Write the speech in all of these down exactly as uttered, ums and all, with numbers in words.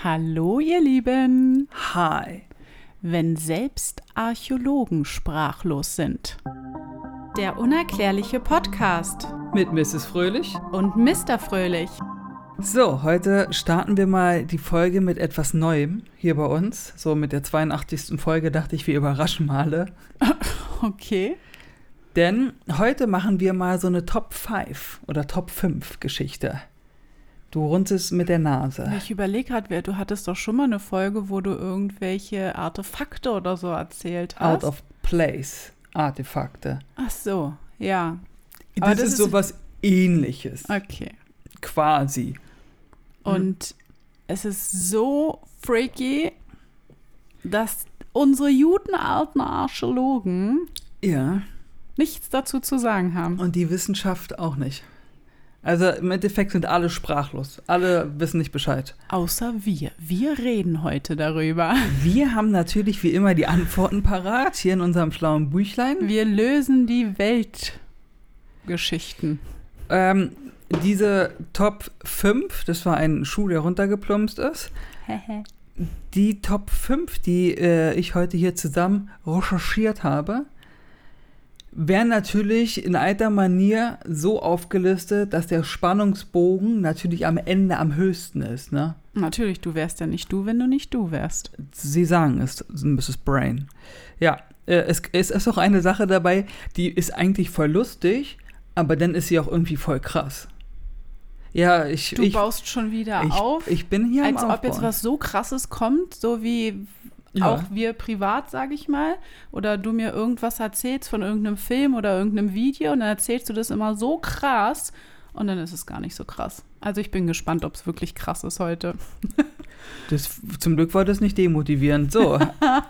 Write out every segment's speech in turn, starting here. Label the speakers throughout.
Speaker 1: Hallo ihr Lieben.
Speaker 2: Hi.
Speaker 1: Wenn selbst Archäologen sprachlos sind. Der unerklärliche Podcast.
Speaker 2: Mit Misses Fröhlich.
Speaker 1: Und Mister Fröhlich.
Speaker 2: So, heute starten wir mal die Folge mit etwas Neuem hier bei uns. So mit der zweiundachtzigsten Folge dachte ich, wir überraschen mal alle.
Speaker 1: Okay.
Speaker 2: Denn heute machen wir mal so eine Top fünf oder Top fünf Geschichte. Du runzelst mit der Nase.
Speaker 1: Ich überlege gerade, du hattest doch schon mal eine Folge, wo du irgendwelche Artefakte oder so erzählt hast.
Speaker 2: Out of place Artefakte.
Speaker 1: Ach so, ja.
Speaker 2: Das, das ist, ist sowas Ähnliches.
Speaker 1: Okay.
Speaker 2: Quasi.
Speaker 1: Und hm. es ist so freaky, dass unsere guten alten Archäologen
Speaker 2: ja.
Speaker 1: nichts dazu zu sagen haben.
Speaker 2: Und die Wissenschaft auch nicht. Also im Endeffekt sind alle sprachlos. Alle wissen nicht Bescheid.
Speaker 1: Außer wir. Wir reden heute darüber.
Speaker 2: Wir haben natürlich wie immer die Antworten parat hier in unserem schlauen Büchlein.
Speaker 1: Wir lösen die Weltgeschichten.
Speaker 2: Ähm, diese Top fünf, das war ein Schuh, der runtergeplumpst ist. Die Top fünf, die äh, ich heute hier zusammen recherchiert habe, wären natürlich in alter Manier so aufgelistet, dass der Spannungsbogen natürlich am Ende am höchsten ist, ne?
Speaker 1: Natürlich, du wärst ja nicht du, wenn du nicht du wärst.
Speaker 2: Sie sagen es, Misses Brain. Ja, äh, es, es ist auch eine Sache dabei, die ist eigentlich voll lustig, aber dann ist sie auch irgendwie voll krass. Ja, ich...
Speaker 1: Du
Speaker 2: ich,
Speaker 1: baust schon wieder
Speaker 2: ich,
Speaker 1: auf,
Speaker 2: ich bin hier
Speaker 1: als
Speaker 2: am
Speaker 1: ob jetzt was so Krasses kommt, so wie... Ja. Auch wir privat, sage ich mal, oder du mir irgendwas erzählst von irgendeinem Film oder irgendeinem Video und dann erzählst du das immer so krass und dann ist es gar nicht so krass. Also ich bin gespannt, ob es wirklich krass ist heute.
Speaker 2: Das, zum Glück war das nicht demotivierend. So.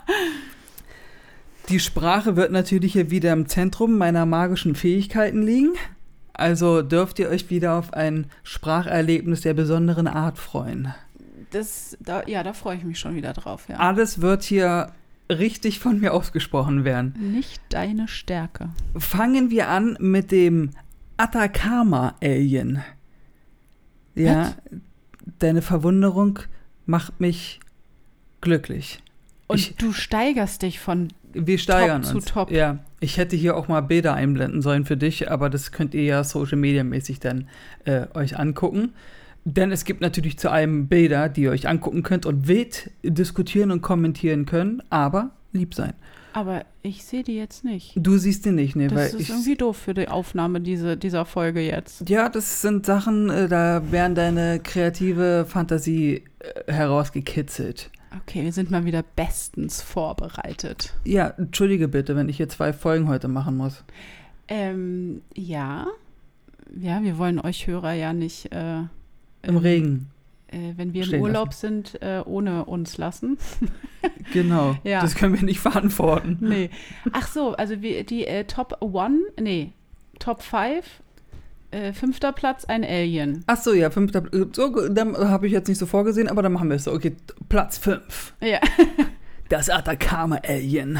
Speaker 2: Die Sprache wird natürlich hier wieder im Zentrum meiner magischen Fähigkeiten liegen. Also dürft ihr euch wieder auf ein Spracherlebnis der besonderen Art freuen.
Speaker 1: Das, da, ja, da freue ich mich schon wieder drauf, ja.
Speaker 2: Alles wird hier richtig von mir ausgesprochen werden.
Speaker 1: Nicht deine Stärke.
Speaker 2: Fangen wir an mit dem Atacama-Alien. Ja,
Speaker 1: Was?
Speaker 2: Deine Verwunderung macht mich glücklich.
Speaker 1: Und
Speaker 2: ich,
Speaker 1: du steigerst dich von
Speaker 2: wir steigern
Speaker 1: Top
Speaker 2: uns.
Speaker 1: zu Top.
Speaker 2: Ja, ich hätte hier auch mal Bilder einblenden sollen für dich, aber das könnt ihr ja social-media-mäßig dann äh, euch angucken. Denn es gibt natürlich zu allem Bilder, die ihr euch angucken könnt und wild diskutieren und kommentieren können, aber lieb sein.
Speaker 1: Aber ich sehe die jetzt nicht.
Speaker 2: Du siehst die nicht, ne?
Speaker 1: Das
Speaker 2: weil
Speaker 1: ist
Speaker 2: ich,
Speaker 1: irgendwie doof für die Aufnahme diese, dieser Folge jetzt.
Speaker 2: Ja, das sind Sachen, äh, da werden deine kreative Fantasie äh, herausgekitzelt.
Speaker 1: Okay, wir sind mal wieder bestens vorbereitet.
Speaker 2: Ja, entschuldige bitte, wenn ich hier zwei Folgen heute machen muss.
Speaker 1: Ähm, ja. Ja, wir wollen euch Hörer ja nicht... Äh,
Speaker 2: Im ähm, Regen.
Speaker 1: Äh, wenn wir im Urlaub lassen. sind, äh, ohne uns lassen.
Speaker 2: Genau, ja. Das können wir nicht verantworten.
Speaker 1: Nee. Ach so, also wir, die äh, Top One, nee, Top Five, äh, fünfter Platz, ein Alien.
Speaker 2: Ach so, ja, fünfter Platz. So, dann habe ich jetzt nicht so vorgesehen, aber dann machen wir es so. Okay, Platz fünf.
Speaker 1: Ja.
Speaker 2: Das Atacama-Alien.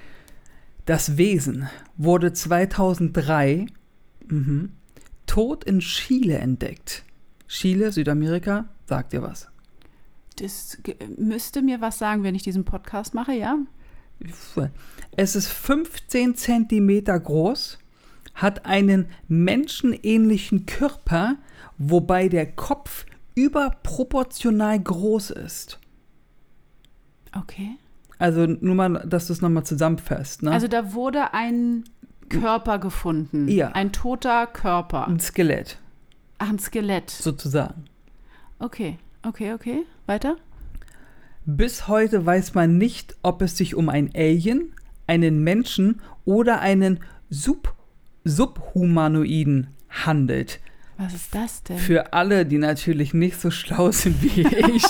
Speaker 2: Das Wesen wurde zweitausenddrei mhm, tot in Chile entdeckt. Chile, Südamerika, sagt dir was?
Speaker 1: Das g- müsste mir was sagen, wenn ich diesen Podcast mache, ja?
Speaker 2: Es ist fünfzehn Zentimeter groß, hat einen menschenähnlichen Körper, wobei der Kopf überproportional groß ist.
Speaker 1: Okay.
Speaker 2: Also nur mal, dass du es nochmal zusammenfasst. Ne?
Speaker 1: Also da wurde ein Körper gefunden.
Speaker 2: Ja.
Speaker 1: Ein toter Körper.
Speaker 2: Ein Skelett.
Speaker 1: Ach, ein Skelett.
Speaker 2: Sozusagen.
Speaker 1: Okay, okay, okay. Weiter?
Speaker 2: Bis heute weiß man nicht, ob es sich um ein Alien, einen Menschen oder einen Sub- Subhumanoiden handelt.
Speaker 1: Was ist das denn?
Speaker 2: Für alle, die natürlich nicht so schlau sind wie ich.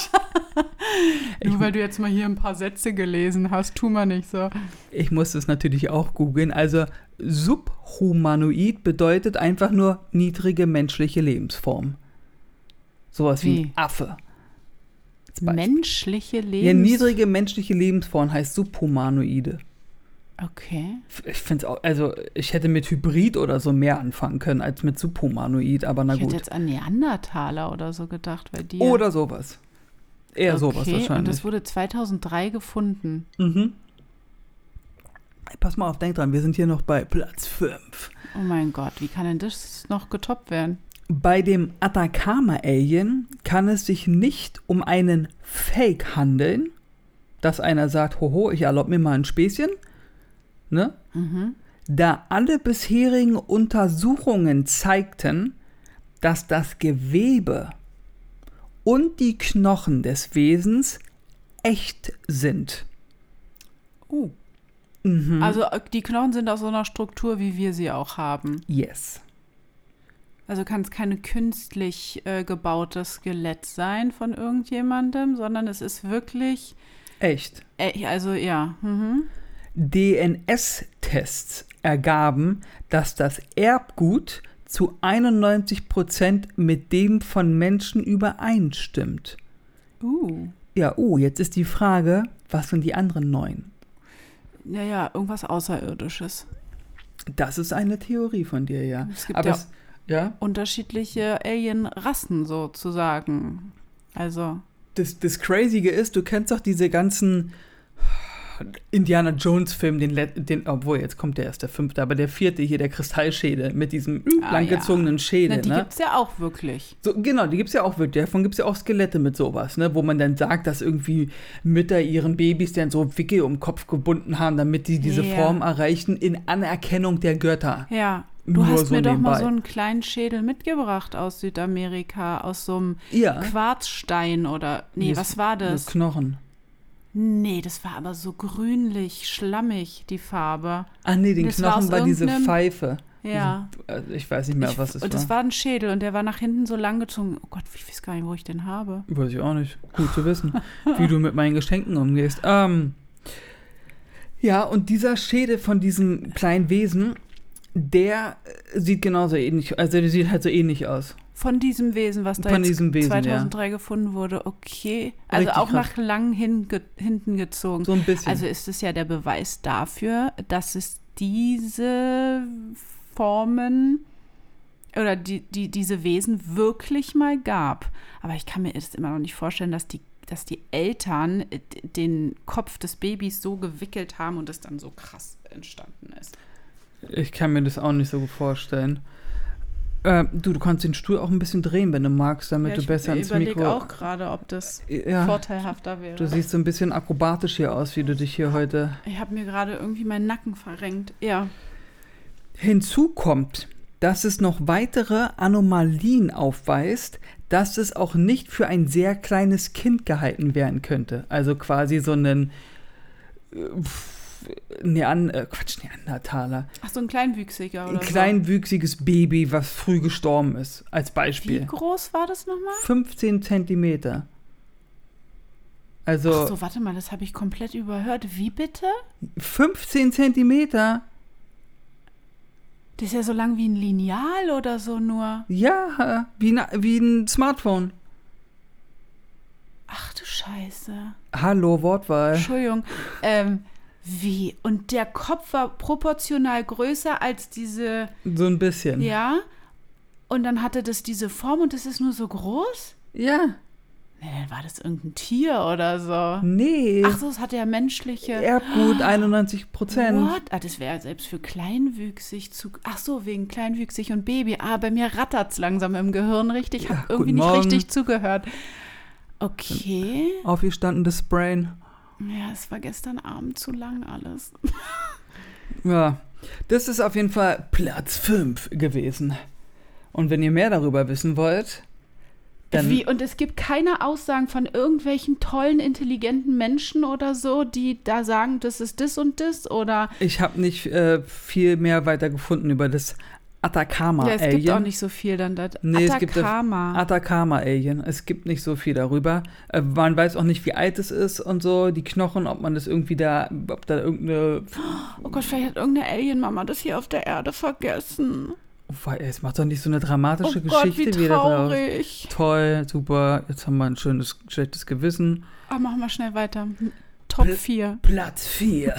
Speaker 1: Nur weil du jetzt mal hier ein paar Sätze gelesen hast, tu mal nicht so.
Speaker 2: Ich muss es natürlich auch googeln. Also Subhumanoid bedeutet einfach nur niedrige menschliche Lebensform. Sowas wie, wie ein Affe.
Speaker 1: Menschliche Lebensform?
Speaker 2: Ja, niedrige menschliche Lebensform heißt Subhumanoide.
Speaker 1: Okay.
Speaker 2: Ich finde es auch, also ich hätte mit Hybrid oder so mehr anfangen können als mit Subhumanoid, aber na
Speaker 1: ich
Speaker 2: gut.
Speaker 1: Ich hätte jetzt an Neandertaler oder so gedacht, weil die.
Speaker 2: Oder sowas. Eher
Speaker 1: okay,
Speaker 2: sowas wahrscheinlich.
Speaker 1: Und das wurde zweitausenddrei gefunden.
Speaker 2: Mhm. Pass mal auf, denk dran, wir sind hier noch bei Platz fünf.
Speaker 1: Oh mein Gott, wie kann denn das noch getoppt werden?
Speaker 2: Bei dem Atacama-Alien kann es sich nicht um einen Fake handeln, dass einer sagt, hoho, ich erlaube mir mal ein Späßchen, ne?
Speaker 1: Mhm.
Speaker 2: Da alle bisherigen Untersuchungen zeigten, dass das Gewebe und die Knochen des Wesens echt sind.
Speaker 1: Uh.
Speaker 2: Mhm.
Speaker 1: Also die Knochen sind aus so einer Struktur, wie wir sie auch haben.
Speaker 2: Yes.
Speaker 1: Also kann es keine künstlich äh, gebautes Skelett sein von irgendjemandem, sondern es ist wirklich
Speaker 2: Echt.
Speaker 1: Äh, also ja. Mhm.
Speaker 2: D N S-Tests ergaben, dass das Erbgut zu einundneunzig Prozent mit dem von Menschen übereinstimmt.
Speaker 1: Uh.
Speaker 2: Ja, uh, jetzt ist die Frage, was sind die anderen neun?
Speaker 1: Ja, ja, irgendwas Außerirdisches.
Speaker 2: Das ist eine Theorie von dir, ja.
Speaker 1: Es gibt
Speaker 2: Aber
Speaker 1: ja,
Speaker 2: es, ja
Speaker 1: unterschiedliche Alien-Rassen sozusagen. Also.
Speaker 2: Das, das Crazige ist, du kennst doch diese ganzen Indiana Jones-Film, den, den, obwohl jetzt kommt der erst der fünfte, aber der vierte hier, der Kristallschädel mit diesem
Speaker 1: ah,
Speaker 2: langgezogenen
Speaker 1: ja.
Speaker 2: Schädel.
Speaker 1: Na, die
Speaker 2: ne?
Speaker 1: gibt's ja auch wirklich.
Speaker 2: So, genau, die gibt's ja auch wirklich. Davon gibt's ja auch Skelette mit sowas, ne? Wo man dann sagt, dass irgendwie Mütter ihren Babys dann so Wickel um den Kopf gebunden haben, damit die diese
Speaker 1: ja.
Speaker 2: Form erreichen in Anerkennung der Götter.
Speaker 1: Ja, du
Speaker 2: Nur
Speaker 1: hast
Speaker 2: so
Speaker 1: mir doch
Speaker 2: nebenbei.
Speaker 1: mal so einen kleinen Schädel mitgebracht aus Südamerika, aus so einem
Speaker 2: Ja.
Speaker 1: Quarzstein oder, nee,
Speaker 2: Das-
Speaker 1: was war das?
Speaker 2: Knochen.
Speaker 1: Nee, das war aber so grünlich, schlammig, die Farbe.
Speaker 2: Ah nee, den
Speaker 1: Das war
Speaker 2: Knochen
Speaker 1: aus
Speaker 2: war diese
Speaker 1: irgendeinem-
Speaker 2: Pfeife.
Speaker 1: Ja.
Speaker 2: Diese, also ich weiß nicht mehr,
Speaker 1: Ich,
Speaker 2: was es
Speaker 1: und
Speaker 2: war.
Speaker 1: das war ein Schädel und der war nach hinten so lang gezogen. Oh Gott, ich weiß gar nicht, wo ich den habe.
Speaker 2: Weiß ich auch nicht. Gut zu wissen, wie du mit meinen Geschenken umgehst. Ähm, ja, und dieser Schädel von diesem kleinen Wesen, der äh, sieht genauso ähnlich, also der sieht halt so ähnlich aus.
Speaker 1: Von diesem Wesen, was da
Speaker 2: Von
Speaker 1: jetzt
Speaker 2: diesem Wesen,
Speaker 1: zweitausenddrei gefunden wurde. Okay. Also
Speaker 2: Richtig
Speaker 1: auch
Speaker 2: krass.
Speaker 1: nach lang hin, ge, hinten gezogen.
Speaker 2: So ein bisschen.
Speaker 1: Also ist es ja der Beweis dafür, dass es diese Formen oder die, die, diese Wesen wirklich mal gab. Aber ich kann mir das immer noch nicht vorstellen, dass die, dass die Eltern den Kopf des Babys so gewickelt haben und es dann so krass entstanden ist.
Speaker 2: Ich kann mir das auch nicht so gut vorstellen. Äh, du, du kannst den Stuhl auch ein bisschen drehen, wenn du magst, damit
Speaker 1: Ja,
Speaker 2: du
Speaker 1: ich
Speaker 2: besser ins
Speaker 1: überleg
Speaker 2: Mikro...
Speaker 1: auch gerade, ob das
Speaker 2: ja,
Speaker 1: vorteilhafter wäre.
Speaker 2: du siehst so ein bisschen akrobatisch hier aus, wie du dich hier heute...
Speaker 1: Ich habe mir gerade irgendwie meinen Nacken verrenkt. Ja.
Speaker 2: Hinzu kommt, dass es noch weitere Anomalien aufweist, dass es auch nicht für ein sehr kleines Kind gehalten werden könnte. Also quasi so einen äh, pff, Nean äh, Quatsch, Neandertaler.
Speaker 1: Ach, so ein Kleinwüchsiger oder
Speaker 2: Ein kleinwüchsiges Baby, was früh gestorben ist, als
Speaker 1: so. Wie
Speaker 2: Beispiel.
Speaker 1: groß war das nochmal?
Speaker 2: fünfzehn Zentimeter. Also
Speaker 1: Ach so, warte mal, das habe ich komplett überhört. Wie bitte?
Speaker 2: fünfzehn Zentimeter?
Speaker 1: Das ist ja so lang wie ein Lineal oder so nur.
Speaker 2: Ja, wie, na, wie ein Smartphone.
Speaker 1: Ach du Scheiße.
Speaker 2: Hallo, Wortwahl.
Speaker 1: Entschuldigung. Ähm, wie? Und der Kopf war proportional größer als diese,
Speaker 2: So ein bisschen.
Speaker 1: ja? Und dann hatte das diese Form und das ist nur so groß?
Speaker 2: Ja.
Speaker 1: Nee, dann war das irgendein Tier oder so.
Speaker 2: Nee.
Speaker 1: Ach so, es hatte ja menschliche...
Speaker 2: Erbgut einundneunzig Prozent.
Speaker 1: What? Ah, das wäre selbst für kleinwüchsig zu... Ach so, wegen kleinwüchsig und Baby. Ah, bei mir rattert's langsam im Gehirn richtig. Ich
Speaker 2: Ja,
Speaker 1: habe irgendwie
Speaker 2: guten
Speaker 1: nicht
Speaker 2: Morgen.
Speaker 1: richtig zugehört. Okay.
Speaker 2: Aufgestandenes Brain.
Speaker 1: Ja, es war gestern Abend zu lang alles.
Speaker 2: Ja, das ist auf jeden Fall Platz fünf gewesen. Und wenn ihr mehr darüber wissen wollt, dann...
Speaker 1: Wie? Und es gibt keine Aussagen von irgendwelchen tollen, intelligenten Menschen oder so, die da sagen, das ist das und das oder...
Speaker 2: Ich habe nicht äh, viel mehr weiter gefunden über das Atacama-Alien.
Speaker 1: Ja, es gibt auch nicht so viel dann da.
Speaker 2: Nee, es gibt
Speaker 1: Atacama.
Speaker 2: Atacama-Alien. Es gibt nicht so viel darüber. Äh, man weiß auch nicht, wie alt es ist und so. Die Knochen, ob man das irgendwie da, ob da irgendeine...
Speaker 1: Oh Gott, vielleicht hat irgendeine Alien-Mama das hier auf der Erde vergessen.
Speaker 2: Oh, es macht doch nicht so eine dramatische
Speaker 1: Oh Gott,
Speaker 2: Geschichte
Speaker 1: wie
Speaker 2: wieder draus.
Speaker 1: traurig.
Speaker 2: Toll, super. Jetzt haben wir ein schönes, schlechtes Gewissen.
Speaker 1: Ah, machen wir schnell weiter. Top
Speaker 2: Pl-
Speaker 1: vier.
Speaker 2: Platz vier.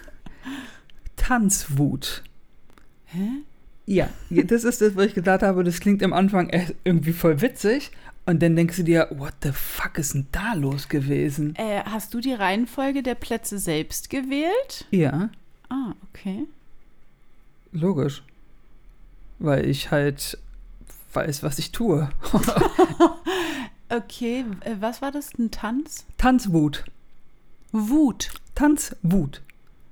Speaker 2: Tanzwut.
Speaker 1: Hä?
Speaker 2: Ja, das ist das, was ich gesagt habe. Das klingt am Anfang echt irgendwie voll witzig. Und dann denkst du dir, what the fuck ist denn da los gewesen?
Speaker 1: Äh, hast du die Reihenfolge der Plätze selbst gewählt?
Speaker 2: Ja.
Speaker 1: Ah, okay.
Speaker 2: Logisch. Weil ich halt weiß, was ich tue.
Speaker 1: Okay, äh, was war das? Ein Tanz?
Speaker 2: Tanzwut.
Speaker 1: Wut.
Speaker 2: Tanzwut.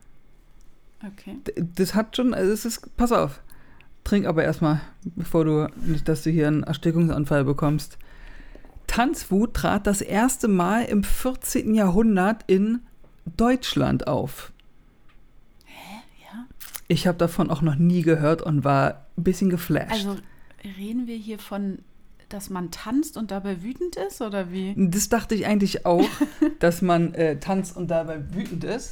Speaker 1: Okay.
Speaker 2: D- Das hat schon, also es ist, pass auf. Trink aber erstmal, bevor du, nicht, dass du hier einen Erstickungsanfall bekommst. Tanzwut trat das erste Mal im vierzehnten Jahrhundert in Deutschland auf.
Speaker 1: Hä? Ja?
Speaker 2: Ich habe davon auch noch nie gehört und war ein bisschen geflasht.
Speaker 1: Also reden wir hier von, dass man tanzt und dabei wütend ist, oder wie?
Speaker 2: Das dachte ich eigentlich auch, dass man äh, tanzt und dabei wütend ist.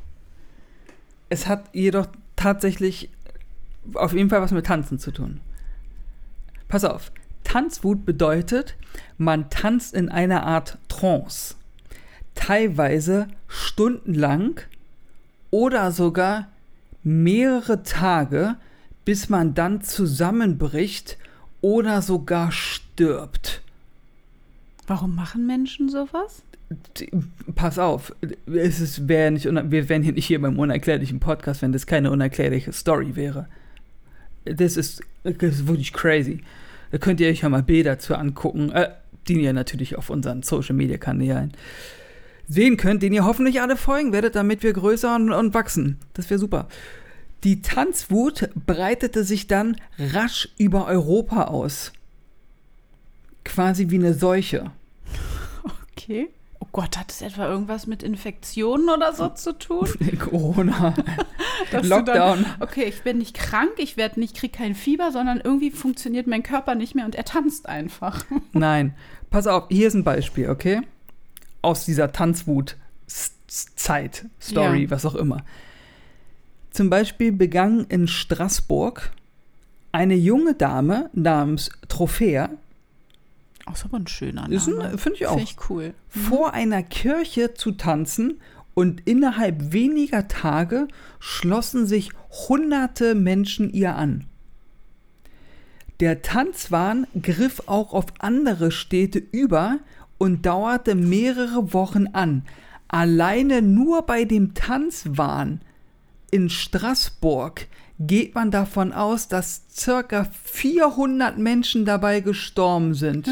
Speaker 2: Es hat jedoch tatsächlich auf jeden Fall was mit Tanzen zu tun. Pass auf. Tanzwut bedeutet, man tanzt in einer Art Trance. Teilweise stundenlang oder sogar mehrere Tage, bis man dann zusammenbricht oder sogar stirbt.
Speaker 1: Warum machen Menschen sowas?
Speaker 2: Pass auf, es ist, wär nicht, wir wären hier nicht hier beim unerklärlichen Podcast, wenn das keine unerklärliche Story wäre. Das ist, das ist wirklich crazy. Da könnt ihr euch ja mal Bilder dazu angucken, äh, die ihr natürlich auf unseren Social-Media-Kanälen sehen könnt, denen ihr hoffentlich alle folgen werdet, damit wir größer und, und wachsen. Das wäre super. Die Tanzwut breitete sich dann rasch über Europa aus. Quasi wie eine Seuche.
Speaker 1: Okay. Oh Gott, hat es etwa irgendwas mit Infektionen oder so zu tun?
Speaker 2: Corona.
Speaker 1: Dass
Speaker 2: Lockdown.
Speaker 1: Dann, okay, ich bin nicht krank, ich werde nicht, krieg kein Fieber, sondern irgendwie funktioniert mein Körper nicht mehr und er tanzt einfach.
Speaker 2: Nein, pass auf, hier ist ein Beispiel, okay? Aus dieser Tanzwut-Zeit, Story,
Speaker 1: Ja.
Speaker 2: was auch immer. Zum Beispiel begann in Straßburg eine junge Dame namens Trophäa,
Speaker 1: Auch so ein schöner
Speaker 2: ist
Speaker 1: Name.
Speaker 2: ein- finde ich auch,
Speaker 1: Finde ich cool.
Speaker 2: vor einer Kirche zu tanzen und innerhalb weniger Tage schlossen sich hunderte Menschen ihr an. Der Tanzwahn griff auch auf andere Städte über und dauerte mehrere Wochen an. Alleine nur bei dem Tanzwahn in Straßburg geht man davon aus, dass circa vierhundert Menschen dabei gestorben sind.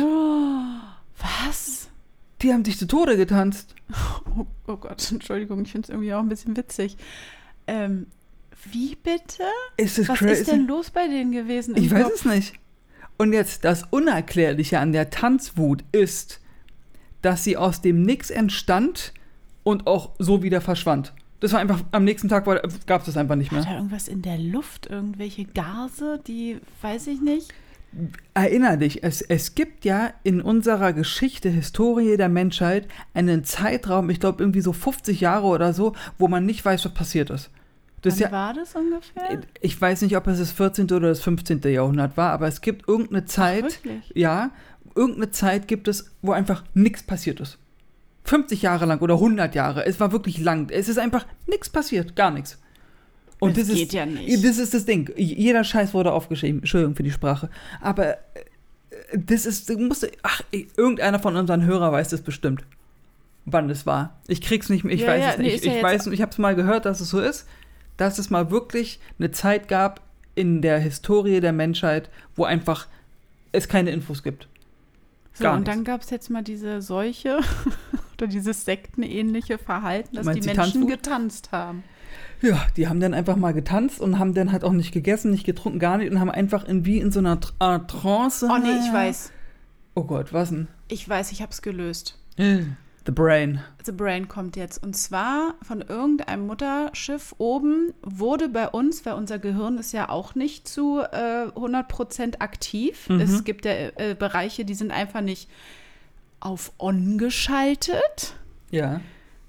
Speaker 1: Was?
Speaker 2: Die haben sich zu Tode getanzt.
Speaker 1: Oh, oh Gott, Entschuldigung, ich finde es irgendwie auch ein bisschen witzig. Ähm, wie bitte?
Speaker 2: Ist das
Speaker 1: Was
Speaker 2: crazy?
Speaker 1: ist denn los bei denen gewesen? im
Speaker 2: Ich weiß
Speaker 1: Kopf?
Speaker 2: es nicht. Und jetzt, das Unerklärliche an der Tanzwut ist, dass sie aus dem Nix entstand und auch so wieder verschwand. Das war einfach, am nächsten Tag gab es das einfach nicht
Speaker 1: Hat
Speaker 2: mehr.
Speaker 1: da irgendwas in der Luft? Irgendwelche Gase, die, weiß ich nicht.
Speaker 2: Erinner dich, es, es gibt ja in unserer Geschichte, Historie der Menschheit, einen Zeitraum, ich glaube irgendwie so fünfzig Jahre oder so, wo man nicht weiß, was passiert ist. Das ist
Speaker 1: Wann
Speaker 2: ja,
Speaker 1: war das ungefähr?
Speaker 2: ich weiß nicht, ob es das vierzehnte oder das fünfzehnte Jahrhundert war, aber es gibt irgendeine Zeit,
Speaker 1: wirklich?
Speaker 2: ja, irgendeine Zeit gibt es, wo einfach nichts passiert ist. fünfzig Jahre lang oder hundert Jahre, es war wirklich lang. Es ist einfach nichts passiert, gar nichts. Und
Speaker 1: Das
Speaker 2: das
Speaker 1: geht
Speaker 2: ist,
Speaker 1: ja nicht.
Speaker 2: Das ist das Ding. Jeder Scheiß wurde aufgeschrieben. Entschuldigung für die Sprache. Aber äh, das ist, musste, ach, irgendeiner von unseren Hörern weiß das bestimmt, wann das war. Ich krieg's nicht mehr, ich
Speaker 1: Ja,
Speaker 2: weiß
Speaker 1: ja,
Speaker 2: es
Speaker 1: nee,
Speaker 2: nicht.
Speaker 1: ist ja
Speaker 2: ich
Speaker 1: jetzt-
Speaker 2: weiß, ich habe es mal gehört, dass es so ist, dass es mal wirklich eine Zeit gab in der Historie der Menschheit, wo einfach es keine Infos gibt.
Speaker 1: So,
Speaker 2: gar
Speaker 1: und
Speaker 2: nichts.
Speaker 1: dann gab es jetzt mal diese Seuche oder dieses sektenähnliche Verhalten, dass
Speaker 2: meinst
Speaker 1: die
Speaker 2: die
Speaker 1: Menschen
Speaker 2: Tanzwut?
Speaker 1: getanzt haben.
Speaker 2: Ja, die haben dann einfach mal getanzt und haben dann halt auch nicht gegessen, nicht getrunken, gar nicht und haben einfach in, wie in so einer Tr- Art Trance.
Speaker 1: Oh nee, ich weiß.
Speaker 2: Oh Gott, was denn?
Speaker 1: Ich weiß, ich habe es gelöst.
Speaker 2: The Brain.
Speaker 1: The Brain kommt jetzt. Und zwar von irgendeinem Mutterschiff oben wurde bei uns, weil unser Gehirn ist ja auch nicht zu äh, hundert Prozent aktiv.
Speaker 2: Mhm.
Speaker 1: Es gibt ja äh, Bereiche, die sind einfach nicht auf On geschaltet.
Speaker 2: Ja.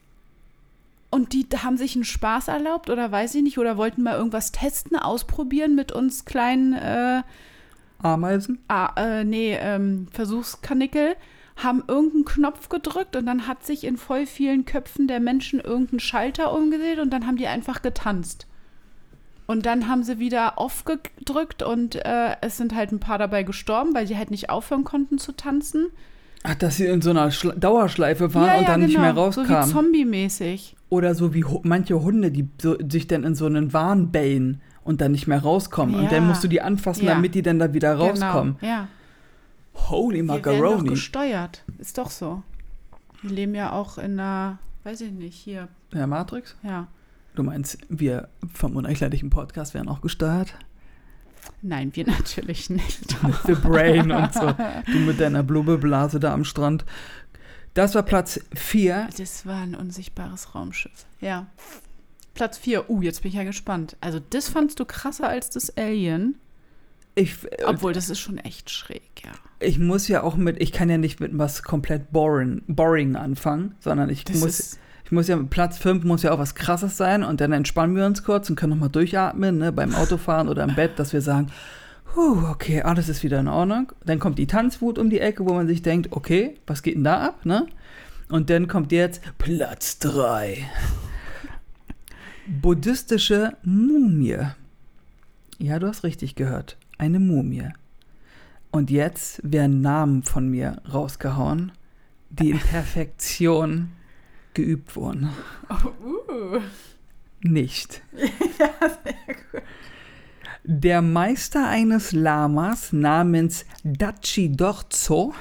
Speaker 1: Und die haben sich einen Spaß erlaubt oder weiß ich nicht, oder wollten mal irgendwas testen, ausprobieren mit uns kleinen, äh,
Speaker 2: Ameisen?
Speaker 1: ah, äh, nee, ähm, Versuchskanickel, haben irgendeinen Knopf gedrückt und dann hat sich in voll vielen Köpfen der Menschen irgendein Schalter umgedreht und dann haben die einfach getanzt. Und dann haben sie wieder aufgedrückt und äh, es sind halt ein paar dabei gestorben, weil sie halt nicht aufhören konnten zu tanzen.
Speaker 2: Ach, dass sie in so einer Schla- Dauerschleife waren
Speaker 1: ja,
Speaker 2: und
Speaker 1: ja,
Speaker 2: dann
Speaker 1: genau.
Speaker 2: nicht mehr rauskamen.
Speaker 1: So wie Zombie-mäßig.
Speaker 2: Oder so wie hu- manche Hunde, die so, sich dann in so einen Wahn bellen und dann nicht mehr rauskommen.
Speaker 1: Ja.
Speaker 2: Und dann musst du die anfassen,
Speaker 1: Ja.
Speaker 2: damit die dann da wieder rauskommen.
Speaker 1: Genau, ja.
Speaker 2: Holy
Speaker 1: Wir werden doch
Speaker 2: Macaroni.
Speaker 1: gesteuert. Ist doch so. Wir leben ja auch in einer, weiß ich nicht, hier.
Speaker 2: Ja, Matrix?
Speaker 1: Ja.
Speaker 2: Du meinst, wir vom unerklärlichen Podcast werden auch gesteuert?
Speaker 1: Nein, wir natürlich nicht.
Speaker 2: Mit The Brain und so. Du mit deiner Blubbeblase da am Strand. Das war Platz vier.
Speaker 1: Das war ein unsichtbares Raumschiff. Ja. Platz vier. Uh, jetzt bin ich ja gespannt. Also das fandst du krasser als das Alien?
Speaker 2: Ich,
Speaker 1: Obwohl, das ist schon echt schräg, ja.
Speaker 2: Ich muss ja auch mit, ich kann ja nicht mit was komplett boring, boring anfangen, sondern ich
Speaker 1: Das
Speaker 2: muss,
Speaker 1: ist-
Speaker 2: ich muss ja, Platz fünf muss ja auch was Krasses sein und dann entspannen wir uns kurz und können nochmal durchatmen, ne, beim Autofahren oder im Bett, dass wir sagen, huh, okay, alles ist wieder in Ordnung. Dann kommt die Tanzwut um die Ecke, wo man sich denkt, okay, was geht denn da ab, ne? Und dann kommt jetzt Platz drei. Buddhistische Mumie. Ja, du hast richtig gehört. Eine Mumie. Und jetzt werden Namen von mir rausgehauen, die in Perfektion geübt wurden.
Speaker 1: Oh, uh.
Speaker 2: Nicht.
Speaker 1: Ja, sehr gut.
Speaker 2: Der Meister eines Lamas namens Dachi Dorzo,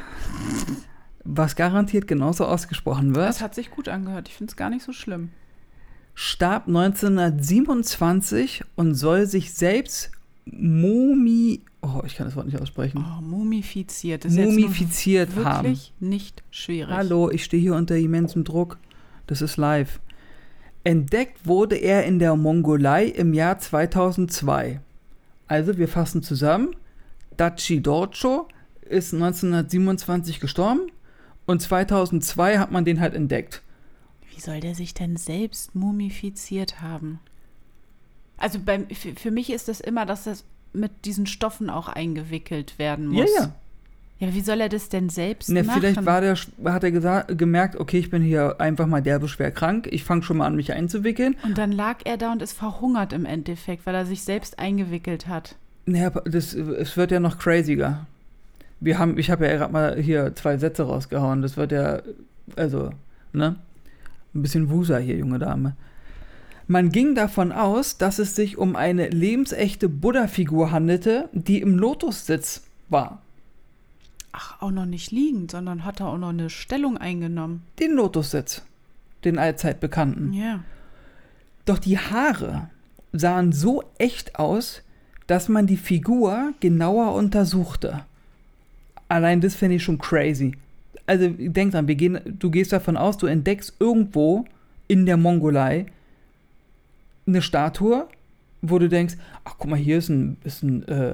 Speaker 2: was garantiert genauso ausgesprochen wird,
Speaker 1: Das hat sich gut angehört. Ich finde es gar nicht so schlimm.
Speaker 2: starb neunzehnhundertsiebenundzwanzig und soll sich selbst mumi... Oh, ich kann das Wort nicht aussprechen.
Speaker 1: Oh, mumifiziert. Das ist jetzt
Speaker 2: Mumifiziert
Speaker 1: nun
Speaker 2: haben.
Speaker 1: wirklich nicht schwierig.
Speaker 2: Hallo, ich stehe hier unter immensem Druck. Das ist live. Entdeckt wurde er in der Mongolei im Jahr zweitausendzwei. Also, wir fassen zusammen. Dachi Dorcho ist neunzehnhundertsiebenundzwanzig gestorben und zweitausendzwei hat man den halt entdeckt.
Speaker 1: Wie soll der sich denn selbst mumifiziert haben? Also bei, für, für mich ist das immer, dass das mit diesen Stoffen auch eingewickelt werden muss.
Speaker 2: Ja, ja.
Speaker 1: Ja, aber wie soll er das denn selbst
Speaker 2: Ne,
Speaker 1: machen?
Speaker 2: vielleicht war der, hat er gesa- gemerkt, okay, ich bin hier einfach mal derbe schwer krank. Ich fange schon mal an, mich einzuwickeln.
Speaker 1: Und dann lag er da und ist verhungert im Endeffekt, weil er sich selbst eingewickelt hat.
Speaker 2: Naja, das, es wird ja noch craziger. Wir haben, ich habe ja gerade mal hier zwei Sätze rausgehauen. Das wird ja, also, ne? Ein bisschen Wusa hier, junge Dame. Man ging davon aus, dass es sich um eine lebensechte Buddha-Figur handelte, die im Lotussitz war.
Speaker 1: Ach, auch noch nicht liegend, sondern hat er auch noch eine Stellung eingenommen.
Speaker 2: Den Lotussitz. Den allzeit bekannten.
Speaker 1: Ja.
Speaker 2: Doch die Haare sahen so echt aus, dass man die Figur genauer untersuchte. Allein das finde ich schon crazy. Also denk dran, wir gehen, du gehst davon aus, du entdeckst irgendwo in der Mongolei eine Statue, wo du denkst, ach guck mal, hier ist ein, ist ein, äh,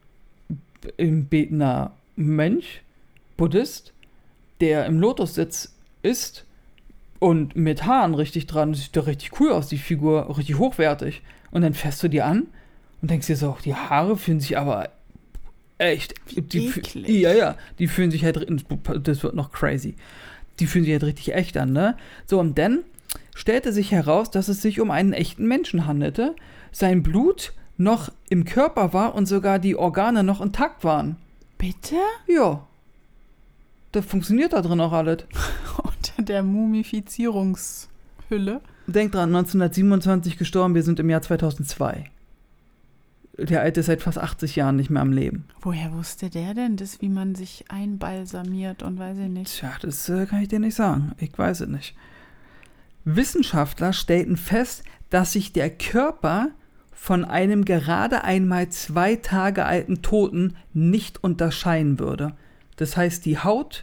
Speaker 2: ein betender Mönch, Buddhist, der im Lotussitz ist und mit Haaren richtig dran. Das sieht doch richtig cool aus, die Figur, richtig hochwertig. Und dann fährst du dir an und denkst dir so, die Haare fühlen sich aber echt. Die,
Speaker 1: eklig.
Speaker 2: ja, ja, die fühlen sich halt, das wird noch crazy. Die fühlen sich halt richtig echt an, ne? So, und dann stellte sich heraus, dass es sich um einen echten Menschen handelte, sein Blut noch im Körper war und sogar die Organe noch intakt waren.
Speaker 1: Bitte?
Speaker 2: Ja. Das funktioniert da drin auch alles.
Speaker 1: Unter der Mumifizierungshülle.
Speaker 2: Denk dran, neunzehnhundertsiebenundzwanzig gestorben, wir sind im Jahr zweitausendzwei. Der Alte ist seit fast achtzig Jahren nicht mehr am Leben.
Speaker 1: Woher wusste der denn das, wie man sich einbalsamiert und weiß ich nicht?
Speaker 2: Tja, das äh, kann ich dir nicht sagen. Ich weiß es nicht. Wissenschaftler stellten fest, dass sich der Körper von einem gerade einmal zwei Tage alten Toten nicht unterscheiden würde. Das heißt, die Haut,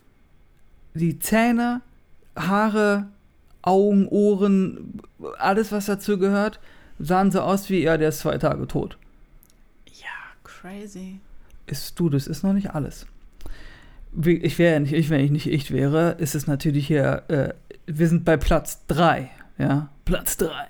Speaker 2: die Zähne, Haare, Augen, Ohren, alles, was dazu gehört, sahen so aus wie, ja, der ist zwei Tage tot.
Speaker 1: Ja, crazy.
Speaker 2: Ist du, das ist noch nicht alles. Wie- Ich wäre ja nicht ich, wenn ich nicht ich wäre, ist es natürlich hier, äh, wir sind bei Platz drei, ja, Platz drei.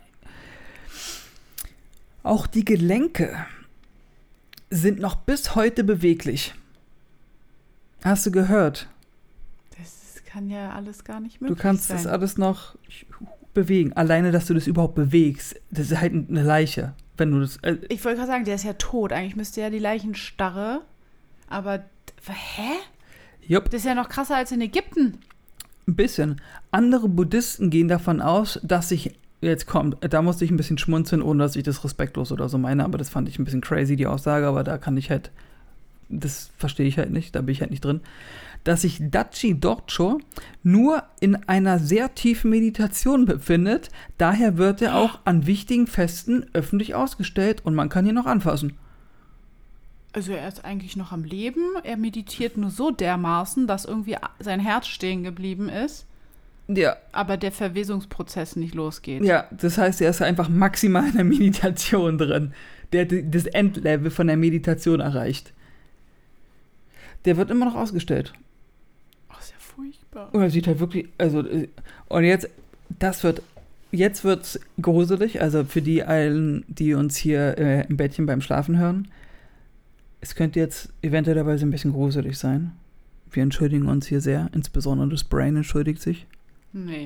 Speaker 2: Auch die Gelenke sind noch bis heute beweglich. Hast du gehört?
Speaker 1: Das kann ja alles gar nicht
Speaker 2: Du
Speaker 1: möglich
Speaker 2: kannst
Speaker 1: sein.
Speaker 2: das alles noch bewegen. Alleine, dass du das überhaupt bewegst, das ist halt eine Leiche. Wenn du das. Äh,
Speaker 1: ich wollte gerade sagen, der ist ja tot. Eigentlich müsste ja die Leichenstarre. Aber, hä?
Speaker 2: Jupp.
Speaker 1: Das ist ja noch krasser als in Ägypten.
Speaker 2: Ein bisschen. Andere Buddhisten gehen davon aus, dass sich, jetzt kommt, da musste ich ein bisschen schmunzeln, ohne dass ich das respektlos oder so meine, aber das fand ich ein bisschen crazy, die Aussage, aber da kann ich halt, das verstehe ich halt nicht, da bin ich halt nicht drin, dass sich Dachi Dorcho nur in einer sehr tiefen Meditation befindet, daher wird er auch an wichtigen Festen öffentlich ausgestellt und man kann ihn noch anfassen.
Speaker 1: Also er ist eigentlich noch am Leben, er meditiert nur so dermaßen, dass irgendwie sein Herz stehen geblieben ist,
Speaker 2: ja.
Speaker 1: aber der Verwesungsprozess nicht losgeht.
Speaker 2: Ja, das heißt, er ist einfach maximal in der Meditation drin, der hat das Endlevel von der Meditation erreicht. Der wird immer noch ausgestellt.
Speaker 1: Ach, ist ja furchtbar.
Speaker 2: Und er sieht halt wirklich, also, und jetzt, das wird, jetzt wird's gruselig, also für die allen, die uns hier äh, im Bettchen beim Schlafen hören. Es könnte jetzt eventuell dabei ein bisschen gruselig sein. Wir entschuldigen uns hier sehr, insbesondere das Brain entschuldigt sich.
Speaker 1: Nee.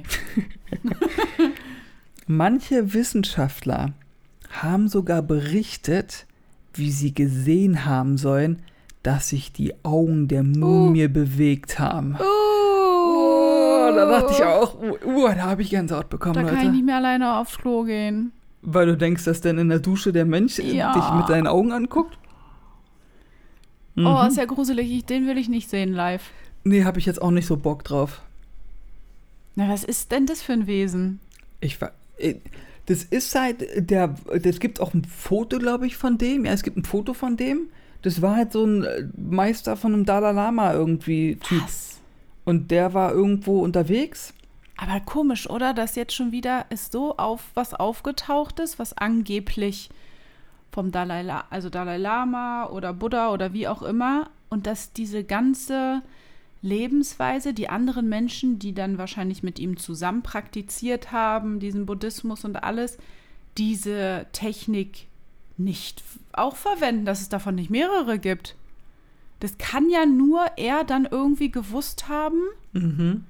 Speaker 2: Manche Wissenschaftler haben sogar berichtet, wie sie gesehen haben sollen, dass sich die Augen der Mumie uh. bewegt haben.
Speaker 1: Uh.
Speaker 2: Oh, da dachte ich auch, uh, da habe ich Gänsehaut bekommen,
Speaker 1: da
Speaker 2: Leute.
Speaker 1: Da kann ich nicht mehr alleine aufs Klo gehen.
Speaker 2: Weil du denkst, dass denn in der Dusche der Mensch
Speaker 1: ja.
Speaker 2: dich mit seinen Augen anguckt?
Speaker 1: Mhm. Oh, ist ja gruselig. Ich, den will ich nicht sehen live.
Speaker 2: Nee, habe ich jetzt auch nicht so Bock drauf.
Speaker 1: Na, was ist denn das für ein Wesen?
Speaker 2: Ich war... Das ist halt der... Das gibt auch ein Foto, glaube ich, von dem. Ja, es gibt ein Foto von dem. Das war halt so ein Meister von einem Dalai Lama irgendwie Typ.
Speaker 1: Was?
Speaker 2: Und der war irgendwo unterwegs.
Speaker 1: Aber komisch, oder? Dass jetzt schon wieder ist so auf was aufgetaucht ist, was angeblich vom Dalai Lama, also Dalai Lama oder Buddha oder wie auch immer, und dass diese ganze Lebensweise, die anderen Menschen, die dann wahrscheinlich mit ihm zusammen praktiziert haben, diesen Buddhismus und alles, diese Technik nicht auch verwenden, dass es davon nicht mehrere gibt. Das kann ja nur er dann irgendwie gewusst haben.
Speaker 2: Mhm.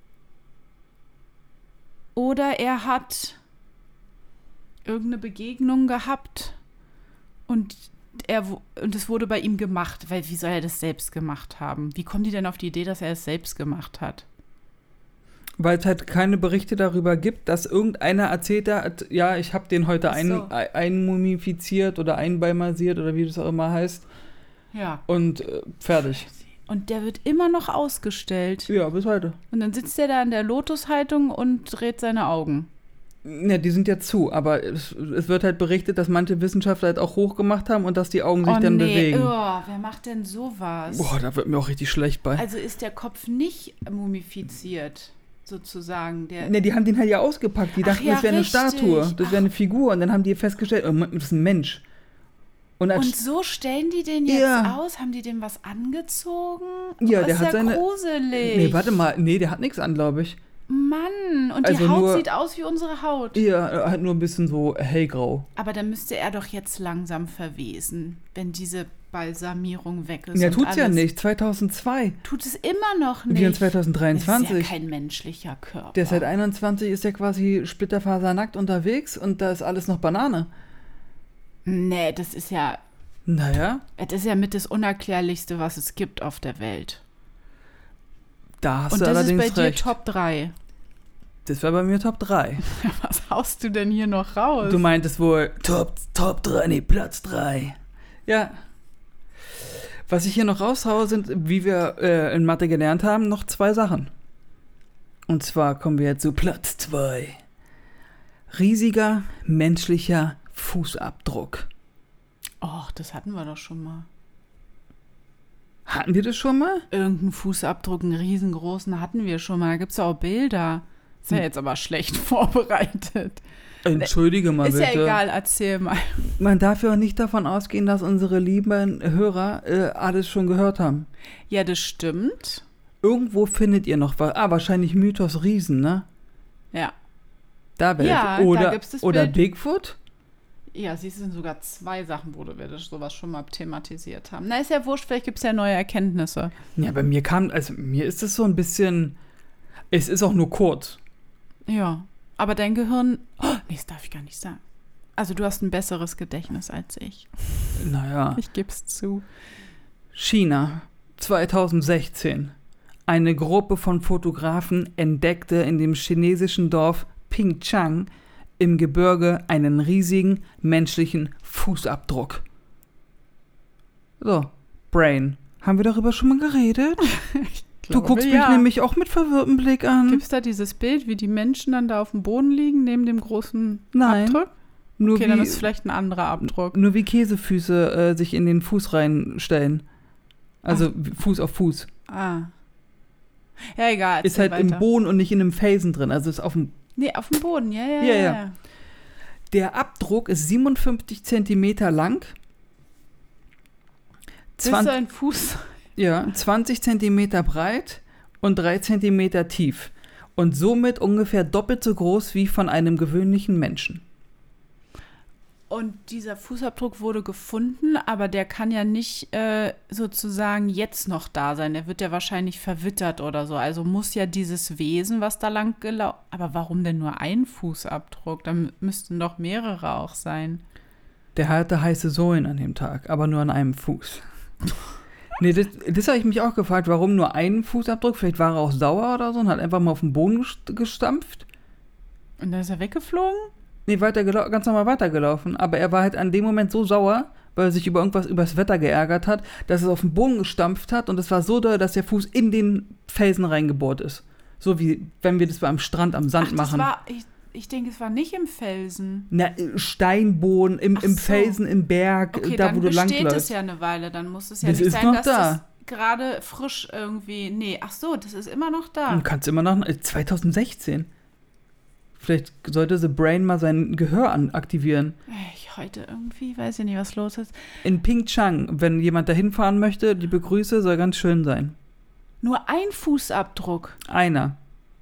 Speaker 1: Oder er hat irgendeine Begegnung gehabt und er und es wurde bei ihm gemacht, weil wie soll er das selbst gemacht haben? Wie kommen die denn auf die Idee, dass er es selbst gemacht hat?
Speaker 2: Weil es halt keine Berichte darüber gibt, dass irgendeiner erzählt hat, ja, ich habe den heute ein,
Speaker 1: so.
Speaker 2: einmumifiziert oder einbalmasiert oder wie das auch immer heißt.
Speaker 1: Ja.
Speaker 2: Und äh, fertig.
Speaker 1: Und der wird immer noch ausgestellt.
Speaker 2: Ja, bis heute.
Speaker 1: Und dann sitzt er da in der Lotushaltung und dreht seine Augen.
Speaker 2: Ne, die sind ja zu, aber es, es wird halt berichtet, dass manche Wissenschaftler halt auch hochgemacht haben und dass die Augen sich
Speaker 1: oh,
Speaker 2: dann
Speaker 1: nee.
Speaker 2: bewegen.
Speaker 1: Oh, wer macht denn sowas?
Speaker 2: Boah, da wird mir auch richtig schlecht bei.
Speaker 1: Also ist der Kopf nicht mumifiziert, sozusagen? Der
Speaker 2: Ne, die haben den halt ja ausgepackt. Die
Speaker 1: Ach
Speaker 2: dachten,
Speaker 1: ja,
Speaker 2: das wäre eine
Speaker 1: richtig.
Speaker 2: Statue, das wäre eine Figur. Und dann haben die festgestellt, oh, das ist ein Mensch. Und,
Speaker 1: Und so stellen die den jetzt
Speaker 2: ja.
Speaker 1: aus? Haben die dem was angezogen?
Speaker 2: Ja,
Speaker 1: oh,
Speaker 2: der
Speaker 1: ist
Speaker 2: hat
Speaker 1: ja
Speaker 2: seine.
Speaker 1: gruselig.
Speaker 2: Nee, warte mal. Nee, der hat nichts an, glaube ich.
Speaker 1: Mann, und
Speaker 2: Also
Speaker 1: die Haut
Speaker 2: nur,
Speaker 1: sieht aus wie unsere Haut.
Speaker 2: Ja, halt nur ein bisschen so hellgrau.
Speaker 1: Aber dann müsste er doch jetzt langsam verwesen, wenn diese Balsamierung weg ist.
Speaker 2: Ja,
Speaker 1: und
Speaker 2: tut's
Speaker 1: alles.
Speaker 2: ja nicht. zweitausendzwei.
Speaker 1: Tut es immer noch nicht.
Speaker 2: Wir sind zweitausenddreiundzwanzig.
Speaker 1: Das ist ja kein menschlicher Körper.
Speaker 2: Der seit einundzwanzig ist ja quasi splitterfasernackt unterwegs und da ist alles noch Banane.
Speaker 1: Nee, das ist ja...
Speaker 2: Naja.
Speaker 1: Das ist ja mit das Unerklärlichste, was es gibt auf der Welt.
Speaker 2: Da hast
Speaker 1: und
Speaker 2: du allerdings
Speaker 1: das ist bei
Speaker 2: recht.
Speaker 1: dir Top drei.
Speaker 2: Das wäre bei mir Top drei.
Speaker 1: Was haust du denn hier noch raus?
Speaker 2: Du meintest wohl Top, Top drei, nee, Platz drei. Ja. Was ich hier noch raushaue, sind, wie wir äh, in Mathe gelernt haben, noch zwei Sachen. Und zwar kommen wir zu Platz zwei. Riesiger menschlicher Fußabdruck.
Speaker 1: Och, das hatten wir doch schon mal.
Speaker 2: Hatten wir das schon mal?
Speaker 1: Irgendeinen Fußabdruck, einen riesengroßen hatten wir schon mal. Da gibt es ja auch Bilder. Ist ja jetzt aber schlecht vorbereitet.
Speaker 2: Entschuldige mal
Speaker 1: ist
Speaker 2: bitte.
Speaker 1: Ist ja egal, erzähl mal.
Speaker 2: Man darf ja auch nicht davon ausgehen, dass unsere lieben Hörer äh, alles schon gehört haben.
Speaker 1: Ja, das stimmt.
Speaker 2: Irgendwo findet ihr noch was. Ah, wahrscheinlich Mythos Riesen, ne?
Speaker 1: Ja.
Speaker 2: Da wird
Speaker 1: ja,
Speaker 2: oder,
Speaker 1: da gibt's das
Speaker 2: oder
Speaker 1: Bild.
Speaker 2: Bigfoot?
Speaker 1: Ja, sie sind sogar zwei Sachen, wo wir das sowas schon mal thematisiert haben. Na, ist ja wurscht, vielleicht gibt es ja neue Erkenntnisse.
Speaker 2: Ja, bei mir kam, also mir ist es so ein bisschen, es ist auch nur kurz.
Speaker 1: Ja, aber dein Gehirn, oh, nee, das darf ich gar nicht sagen. Also du hast ein besseres Gedächtnis als ich.
Speaker 2: Naja.
Speaker 1: Ich geb's zu.
Speaker 2: China, zweitausendsechzehn. Eine Gruppe von Fotografen entdeckte in dem chinesischen Dorf Pingchang im Gebirge einen riesigen menschlichen Fußabdruck. So, Brain. Haben wir darüber schon mal geredet? Du guckst
Speaker 1: ja.
Speaker 2: mich nämlich auch mit verwirrtem Blick an.
Speaker 1: Gibt's da dieses Bild, wie die Menschen dann da auf dem Boden liegen, neben dem großen
Speaker 2: Nein.
Speaker 1: Abdruck?
Speaker 2: Nur
Speaker 1: okay,
Speaker 2: wie,
Speaker 1: dann ist es vielleicht ein anderer Abdruck.
Speaker 2: Nur wie Käsefüße äh, sich in den Fuß reinstellen. Also
Speaker 1: Ach.
Speaker 2: Fuß auf Fuß.
Speaker 1: Ah. Ja, egal.
Speaker 2: Ist halt
Speaker 1: weiter.
Speaker 2: im Boden und nicht in einem Felsen drin. Also ist auf dem...
Speaker 1: Nee, auf dem Boden, ja, ja,
Speaker 2: Ja,
Speaker 1: ja.
Speaker 2: ja. Der Abdruck ist siebenundfünfzig Zentimeter lang.
Speaker 1: Das ist ein Fuß.
Speaker 2: Ja, zwanzig Zentimeter breit und drei Zentimeter tief. Und somit ungefähr doppelt so groß wie von einem gewöhnlichen Menschen.
Speaker 1: Und dieser Fußabdruck wurde gefunden, aber der kann ja nicht äh, sozusagen jetzt noch da sein. Der wird ja wahrscheinlich verwittert oder so. Also muss ja dieses Wesen, was da lang gelaufen... Aber warum denn nur ein Fußabdruck? Da müssten doch mehrere auch sein.
Speaker 2: Der hatte heiße Sohlen an dem Tag, aber nur an einem Fuß. Nee, das, das habe ich mich auch gefragt, warum nur ein Fußabdruck? Vielleicht war er auch sauer oder so und hat einfach mal auf den Boden gestampft.
Speaker 1: Und dann ist er weggeflogen?
Speaker 2: Nee, weiter ganz normal weitergelaufen. Aber er war halt an dem Moment so sauer, weil er sich über irgendwas übers Wetter geärgert hat, dass er auf den Boden gestampft hat und es war so doll, dass der Fuß in den Felsen reingebohrt ist. So wie wenn wir das am Strand am Sand
Speaker 1: Ach, das
Speaker 2: machen.
Speaker 1: War, ich ich denke, es war nicht im Felsen.
Speaker 2: Na, Steinboden, im, im
Speaker 1: so.
Speaker 2: Felsen, im Berg,
Speaker 1: okay,
Speaker 2: da wo du langläufst.
Speaker 1: dann besteht es ja eine Weile, dann muss es ja
Speaker 2: das
Speaker 1: nicht
Speaker 2: ist
Speaker 1: sein,
Speaker 2: noch
Speaker 1: dass
Speaker 2: da.
Speaker 1: das gerade frisch irgendwie... Nee, ach so, das ist immer noch da.
Speaker 2: Du kannst immer noch... zweitausendsechzehn. Vielleicht sollte The Brain mal sein Gehör an aktivieren.
Speaker 1: Ich heute irgendwie, weiß ich nicht, was los ist.
Speaker 2: In Pingchang, wenn jemand da hinfahren möchte, liebe Grüße, soll ganz schön sein.
Speaker 1: Nur ein Fußabdruck.
Speaker 2: Einer.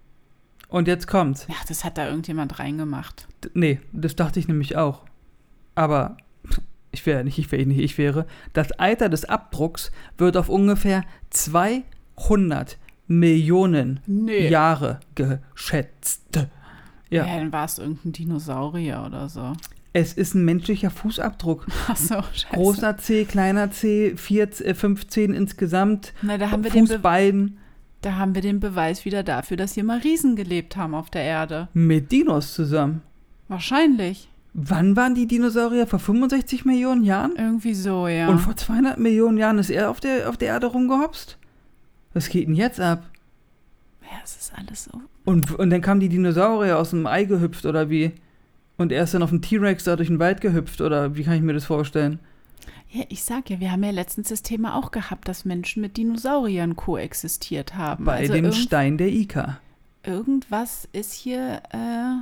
Speaker 2: Und jetzt kommt's.
Speaker 1: Ja, das hat da irgendjemand reingemacht.
Speaker 2: D- nee, das dachte ich nämlich auch. Aber ich wäre nicht, ich wäre nicht, ich wäre. Das Alter des Abdrucks wird auf ungefähr zweihundert Millionen
Speaker 1: Nee.
Speaker 2: Jahre geschätzt. Ja.
Speaker 1: Ja, dann war es irgendein Dinosaurier oder so.
Speaker 2: Es ist ein menschlicher Fußabdruck.
Speaker 1: Ach so, scheiße.
Speaker 2: Großer Zeh, kleiner Zeh, vier, fünfzehn insgesamt.
Speaker 1: Na, da haben wir den Be-
Speaker 2: Fußbein.
Speaker 1: Da haben wir den Beweis wieder dafür, dass hier mal Riesen gelebt haben auf der Erde.
Speaker 2: Mit Dinos zusammen.
Speaker 1: Wahrscheinlich.
Speaker 2: Wann waren die Dinosaurier? Vor fünfundsechzig Millionen Jahren?
Speaker 1: Irgendwie so, ja.
Speaker 2: Und vor zweihundert Millionen Jahren ist er auf der, auf der Erde rumgehopst? Was geht denn jetzt ab?
Speaker 1: Ja, es ist alles so.
Speaker 2: Und, und dann kamen die Dinosaurier aus dem Ei gehüpft, oder wie? Und er ist dann auf dem T-Rex da durch den Wald gehüpft, oder wie kann ich mir das vorstellen?
Speaker 1: Ja, ich sag ja, wir haben ja letztens das Thema auch gehabt, dass Menschen mit Dinosauriern koexistiert haben.
Speaker 2: Bei
Speaker 1: also
Speaker 2: dem
Speaker 1: irgend-
Speaker 2: Stein der Ica.
Speaker 1: Irgendwas ist hier, äh,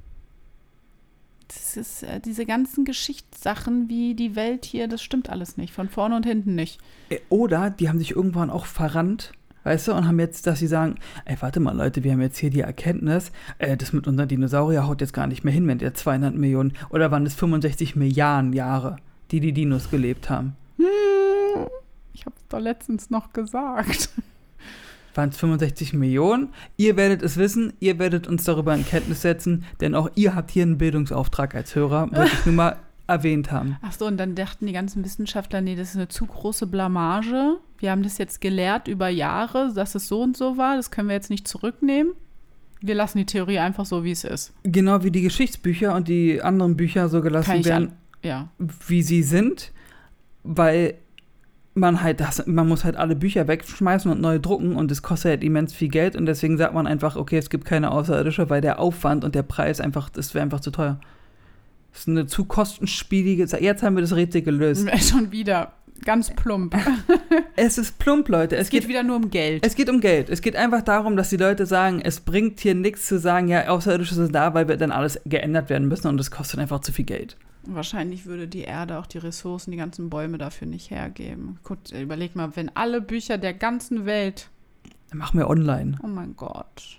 Speaker 1: das ist, äh, diese ganzen Geschichtssachen, wie die Welt hier, das stimmt alles nicht, von vorne und hinten nicht.
Speaker 2: Äh, Oder die haben sich irgendwann auch verrannt, weißt du, und haben jetzt, dass sie sagen, ey, warte mal, Leute, wir haben jetzt hier die Erkenntnis, äh, das mit unseren Dinosaurier haut jetzt gar nicht mehr hin, wenn der zweihundert Millionen, oder waren es fünfundsechzig Milliarden Jahre, die die Dinos gelebt haben?
Speaker 1: Hm, ich hab's doch letztens noch gesagt.
Speaker 2: Waren es fünfundsechzig Millionen? Ihr werdet es wissen, ihr werdet uns darüber in Kenntnis setzen, denn auch ihr habt hier einen Bildungsauftrag als Hörer, wollte ich nur mal erwähnt haben.
Speaker 1: Ach so, und dann dachten die ganzen Wissenschaftler, nee, das ist eine zu große Blamage. Wir haben das jetzt gelehrt über Jahre, dass es so und so war. Das können wir jetzt nicht zurücknehmen. Wir lassen die Theorie einfach so, wie es ist.
Speaker 2: Genau wie die Geschichtsbücher und die anderen Bücher so
Speaker 1: Kann
Speaker 2: gelassen
Speaker 1: ich
Speaker 2: werden,
Speaker 1: an, ja.
Speaker 2: wie sie sind, weil man halt das, man muss halt alle Bücher wegschmeißen und neu drucken und das kostet halt immens viel Geld und deswegen sagt man einfach, okay, es gibt keine Außerirdische, weil der Aufwand und der Preis einfach, das wäre einfach zu teuer. Das ist eine zu kostenspielige, jetzt haben wir das Rätsel gelöst.
Speaker 1: Schon wieder. Ganz plump.
Speaker 2: Es ist plump, Leute.
Speaker 1: Es,
Speaker 2: Es
Speaker 1: geht,
Speaker 2: geht
Speaker 1: wieder nur um Geld.
Speaker 2: Es geht um Geld. Es geht einfach darum, dass die Leute sagen, es bringt hier nichts zu sagen, ja, Außerirdische sind da, weil wir dann alles geändert werden müssen und es kostet einfach zu viel Geld.
Speaker 1: Wahrscheinlich würde die Erde auch die Ressourcen, die ganzen Bäume dafür nicht hergeben. Gut, überleg mal, wenn alle Bücher der ganzen Welt...
Speaker 2: Dann machen wir online.
Speaker 1: Oh mein Gott.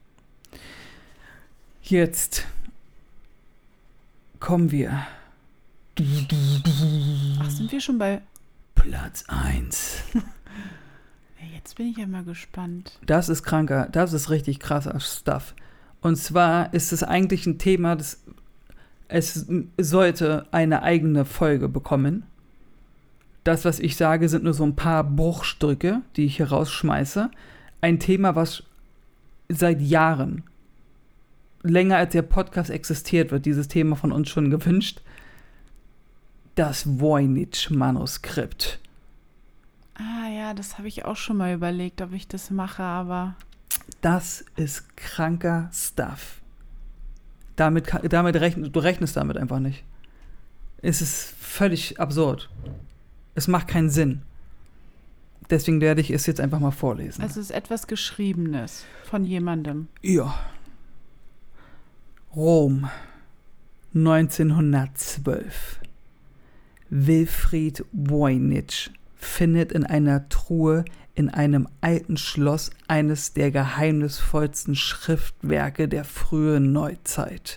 Speaker 2: Jetzt kommen wir.
Speaker 1: Ach, sind wir schon bei...
Speaker 2: Platz eins.
Speaker 1: Jetzt bin ich ja mal gespannt.
Speaker 2: Das ist kranker, das ist richtig krasser Stuff. Und zwar ist es eigentlich ein Thema, das es sollte eine eigene Folge bekommen. Das, was ich sage, sind nur so ein paar Bruchstücke, die ich hier rausschmeiße. Ein Thema, was seit Jahren, länger als der Podcast existiert, wird dieses Thema von uns schon gewünscht. Das Voynich-Manuskript.
Speaker 1: Ah ja, das habe ich auch schon mal überlegt, ob ich das mache, aber...
Speaker 2: Das ist kranker Stuff. Damit, damit rechn, du rechnest damit einfach nicht. Es ist völlig absurd. Es macht keinen Sinn. Deswegen werde ich es jetzt einfach mal vorlesen.
Speaker 1: Also es ist etwas Geschriebenes von jemandem.
Speaker 2: Ja. Rom, neunzehnhundertzwölf. Wilfried Voynich findet in einer Truhe in einem alten Schloss eines der geheimnisvollsten Schriftwerke der frühen Neuzeit.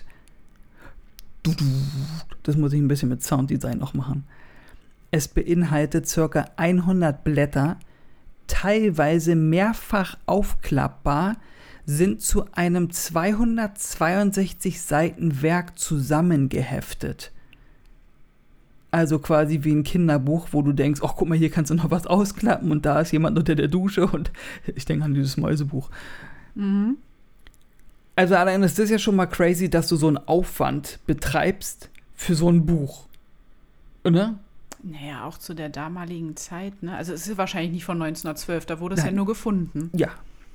Speaker 2: Das muss ich ein bisschen mit Sounddesign noch machen. Es beinhaltet ca. hundert Blätter, teilweise mehrfach aufklappbar, sind zu einem zweihundertzweiundsechzig Seiten Werk zusammengeheftet. Also quasi wie ein Kinderbuch, wo du denkst, ach guck mal, hier kannst du noch was ausklappen und da ist jemand unter der Dusche und ich denke an dieses Mäusebuch.
Speaker 1: Mhm.
Speaker 2: Also allein ist das ja schon mal crazy, dass du so einen Aufwand betreibst für so ein Buch. Oder?
Speaker 1: Naja, auch zu der damaligen Zeit, ne? Also es ist wahrscheinlich nicht von neunzehnhundertzwölf, da wurde es
Speaker 2: Nein.
Speaker 1: ja nur gefunden.
Speaker 2: Ja.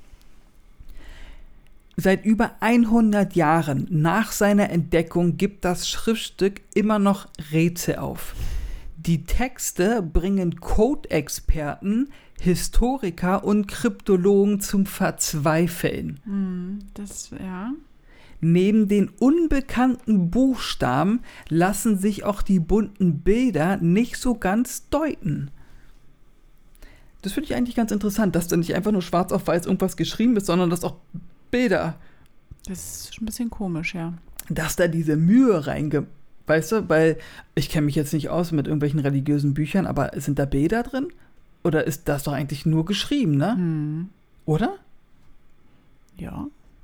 Speaker 2: Seit über hundert Jahren nach seiner Entdeckung gibt das Schriftstück immer noch Rätsel auf. Die Texte bringen Code-Experten, Historiker und Kryptologen zum Verzweifeln.
Speaker 1: Hm, das, ja.
Speaker 2: Neben den unbekannten Buchstaben lassen sich auch die bunten Bilder nicht so ganz deuten. Das finde ich eigentlich ganz interessant, dass da nicht einfach nur schwarz auf weiß irgendwas geschrieben ist, sondern dass auch Bilder.
Speaker 1: Das ist schon ein bisschen komisch, ja.
Speaker 2: Dass da diese Mühe reinge... Weißt du, weil ich kenne mich jetzt nicht aus mit irgendwelchen religiösen Büchern, aber sind da Bilder drin? Oder ist das doch eigentlich nur geschrieben, ne?
Speaker 1: Hm.
Speaker 2: Oder?
Speaker 1: Ja.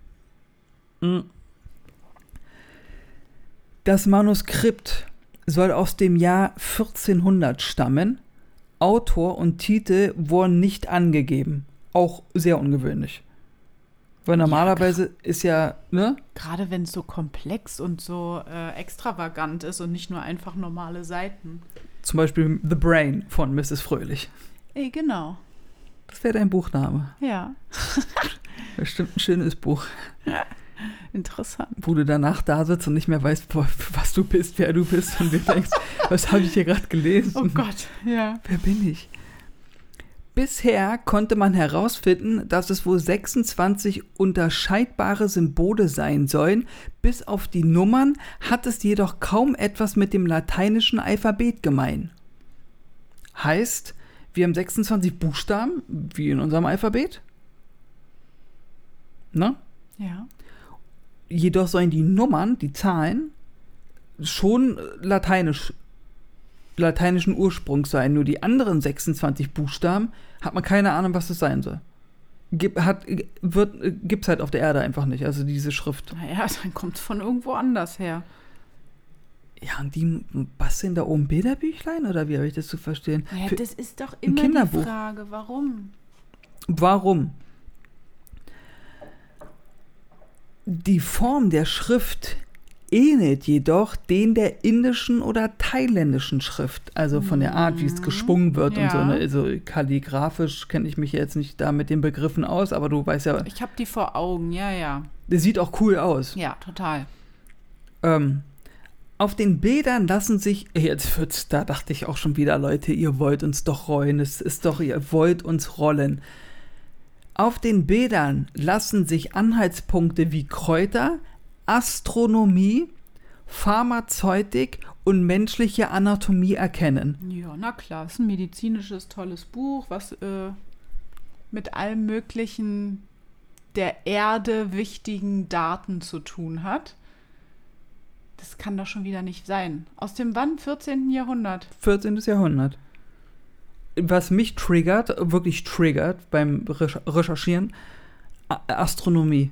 Speaker 2: Das Manuskript soll aus dem Jahr vierzehnhundert stammen. Autor und Titel wurden nicht angegeben. Auch sehr ungewöhnlich. Weil normalerweise ja, ist ja, ne?
Speaker 1: Gerade wenn es so komplex und so äh, extravagant ist und nicht nur einfach normale Seiten.
Speaker 2: Zum Beispiel The Brain von Misses Fröhlich.
Speaker 1: Ey, genau.
Speaker 2: Das wäre dein Buchname.
Speaker 1: Ja.
Speaker 2: Bestimmt ein schönes Buch.
Speaker 1: Interessant.
Speaker 2: Wo du danach da sitzt und nicht mehr weißt, was du bist, wer du bist und du denkst, was habe ich hier gerade gelesen?
Speaker 1: Oh Gott, ja.
Speaker 2: Wer bin ich? Bisher konnte man herausfinden, dass es wohl sechsundzwanzig unterscheidbare Symbole sein sollen. Bis auf die Nummern hat es jedoch kaum etwas mit dem lateinischen Alphabet gemein. Heißt, wir haben sechsundzwanzig Buchstaben, wie in unserem Alphabet. Ne?
Speaker 1: Ja.
Speaker 2: Jedoch sollen die Nummern, die Zahlen, schon lateinisch lateinischen Ursprungs sein. Nur die anderen sechsundzwanzig Buchstaben hat man keine Ahnung, was das sein soll. Gibt es halt auf der Erde einfach nicht, also diese Schrift.
Speaker 1: Naja, dann kommt es von irgendwo anders her.
Speaker 2: Ja, und die basteln da oben Bilderbüchlein, oder wie habe ich das zu verstehen?
Speaker 1: Ja,
Speaker 2: Für
Speaker 1: das ist doch immer die Frage, warum?
Speaker 2: Warum? Die Form der Schrift ähnelt jedoch den der indischen oder thailändischen Schrift, also von der Art, wie es geschwungen wird, ja, und so. Ne? Also kalligraphisch kenne ich mich jetzt nicht da mit den Begriffen aus, aber du weißt ja.
Speaker 1: Ich habe die vor Augen, ja, ja.
Speaker 2: Das sieht auch cool aus.
Speaker 1: Ja, total.
Speaker 2: Ähm, auf den Bildern lassen sich, jetzt wird's, da dachte ich auch schon wieder, Leute, ihr wollt uns doch rollen, es ist doch, ihr wollt uns rollen. Auf den Bildern lassen sich Anhaltspunkte wie Kräuter, Astronomie, Pharmazeutik und menschliche Anatomie erkennen.
Speaker 1: Ja, na klar, es ist ein medizinisches, tolles Buch, was äh, mit allem möglichen der Erde wichtigen Daten zu tun hat. Das kann doch schon wieder nicht sein. Aus dem wann? vierzehnten Jahrhundert?
Speaker 2: vierzehnten Jahrhundert. Was mich triggert, wirklich triggert beim Recherchieren, Astronomie.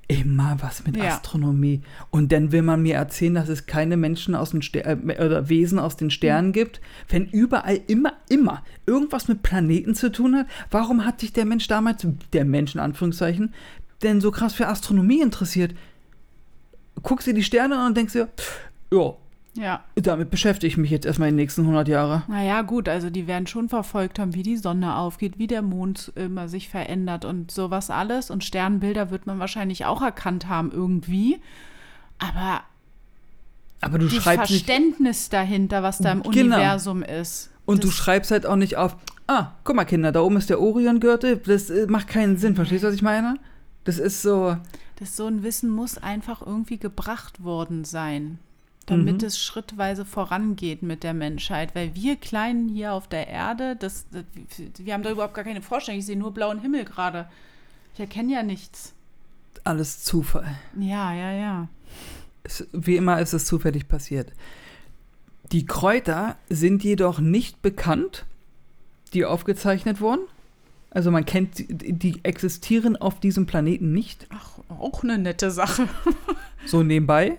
Speaker 2: Immer was mit
Speaker 1: Ja.
Speaker 2: Astronomie. Und dann will man mir erzählen, dass es keine Menschen aus den Ster- äh, oder Wesen aus den Sternen
Speaker 1: Mhm.
Speaker 2: gibt. Wenn überall immer, immer irgendwas mit Planeten zu tun hat, warum hat sich der Mensch damals, der Mensch in Anführungszeichen, denn so krass für Astronomie interessiert? Guckst dir die Sterne an und denkst dir, ja,
Speaker 1: Ja.
Speaker 2: damit beschäftige ich mich jetzt erstmal die nächsten hundert Jahre.
Speaker 1: Naja, gut, also die werden schon verfolgt haben, wie die Sonne aufgeht, wie der Mond immer sich verändert und sowas alles. Und Sternbilder wird man wahrscheinlich auch erkannt haben irgendwie. Aber
Speaker 2: Aber du
Speaker 1: das
Speaker 2: schreibst nicht,
Speaker 1: Verständnis dahinter, was da im
Speaker 2: Genau.
Speaker 1: Universum ist.
Speaker 2: und du
Speaker 1: das-
Speaker 2: schreibst halt auch nicht auf, ah, guck mal Kinder, da oben ist der Orion-Gürtel, das äh, macht keinen Sinn, verstehst du, was ich meine? Das ist so,
Speaker 1: Das so ein Wissen muss einfach irgendwie gebracht worden sein, damit
Speaker 2: Mhm.
Speaker 1: es schrittweise vorangeht mit der Menschheit. Weil wir Kleinen hier auf der Erde, das, das, wir haben da überhaupt gar keine Vorstellung. Ich sehe nur blauen Himmel gerade. Ich erkenne ja nichts.
Speaker 2: alles Zufall.
Speaker 1: Ja, ja, ja.
Speaker 2: Es, wie immer ist es zufällig passiert. Die Kräuter sind jedoch nicht bekannt, die aufgezeichnet wurden. Also man kennt, sie- die existieren auf diesem Planeten nicht.
Speaker 1: Ach, auch eine nette Sache.
Speaker 2: So nebenbei.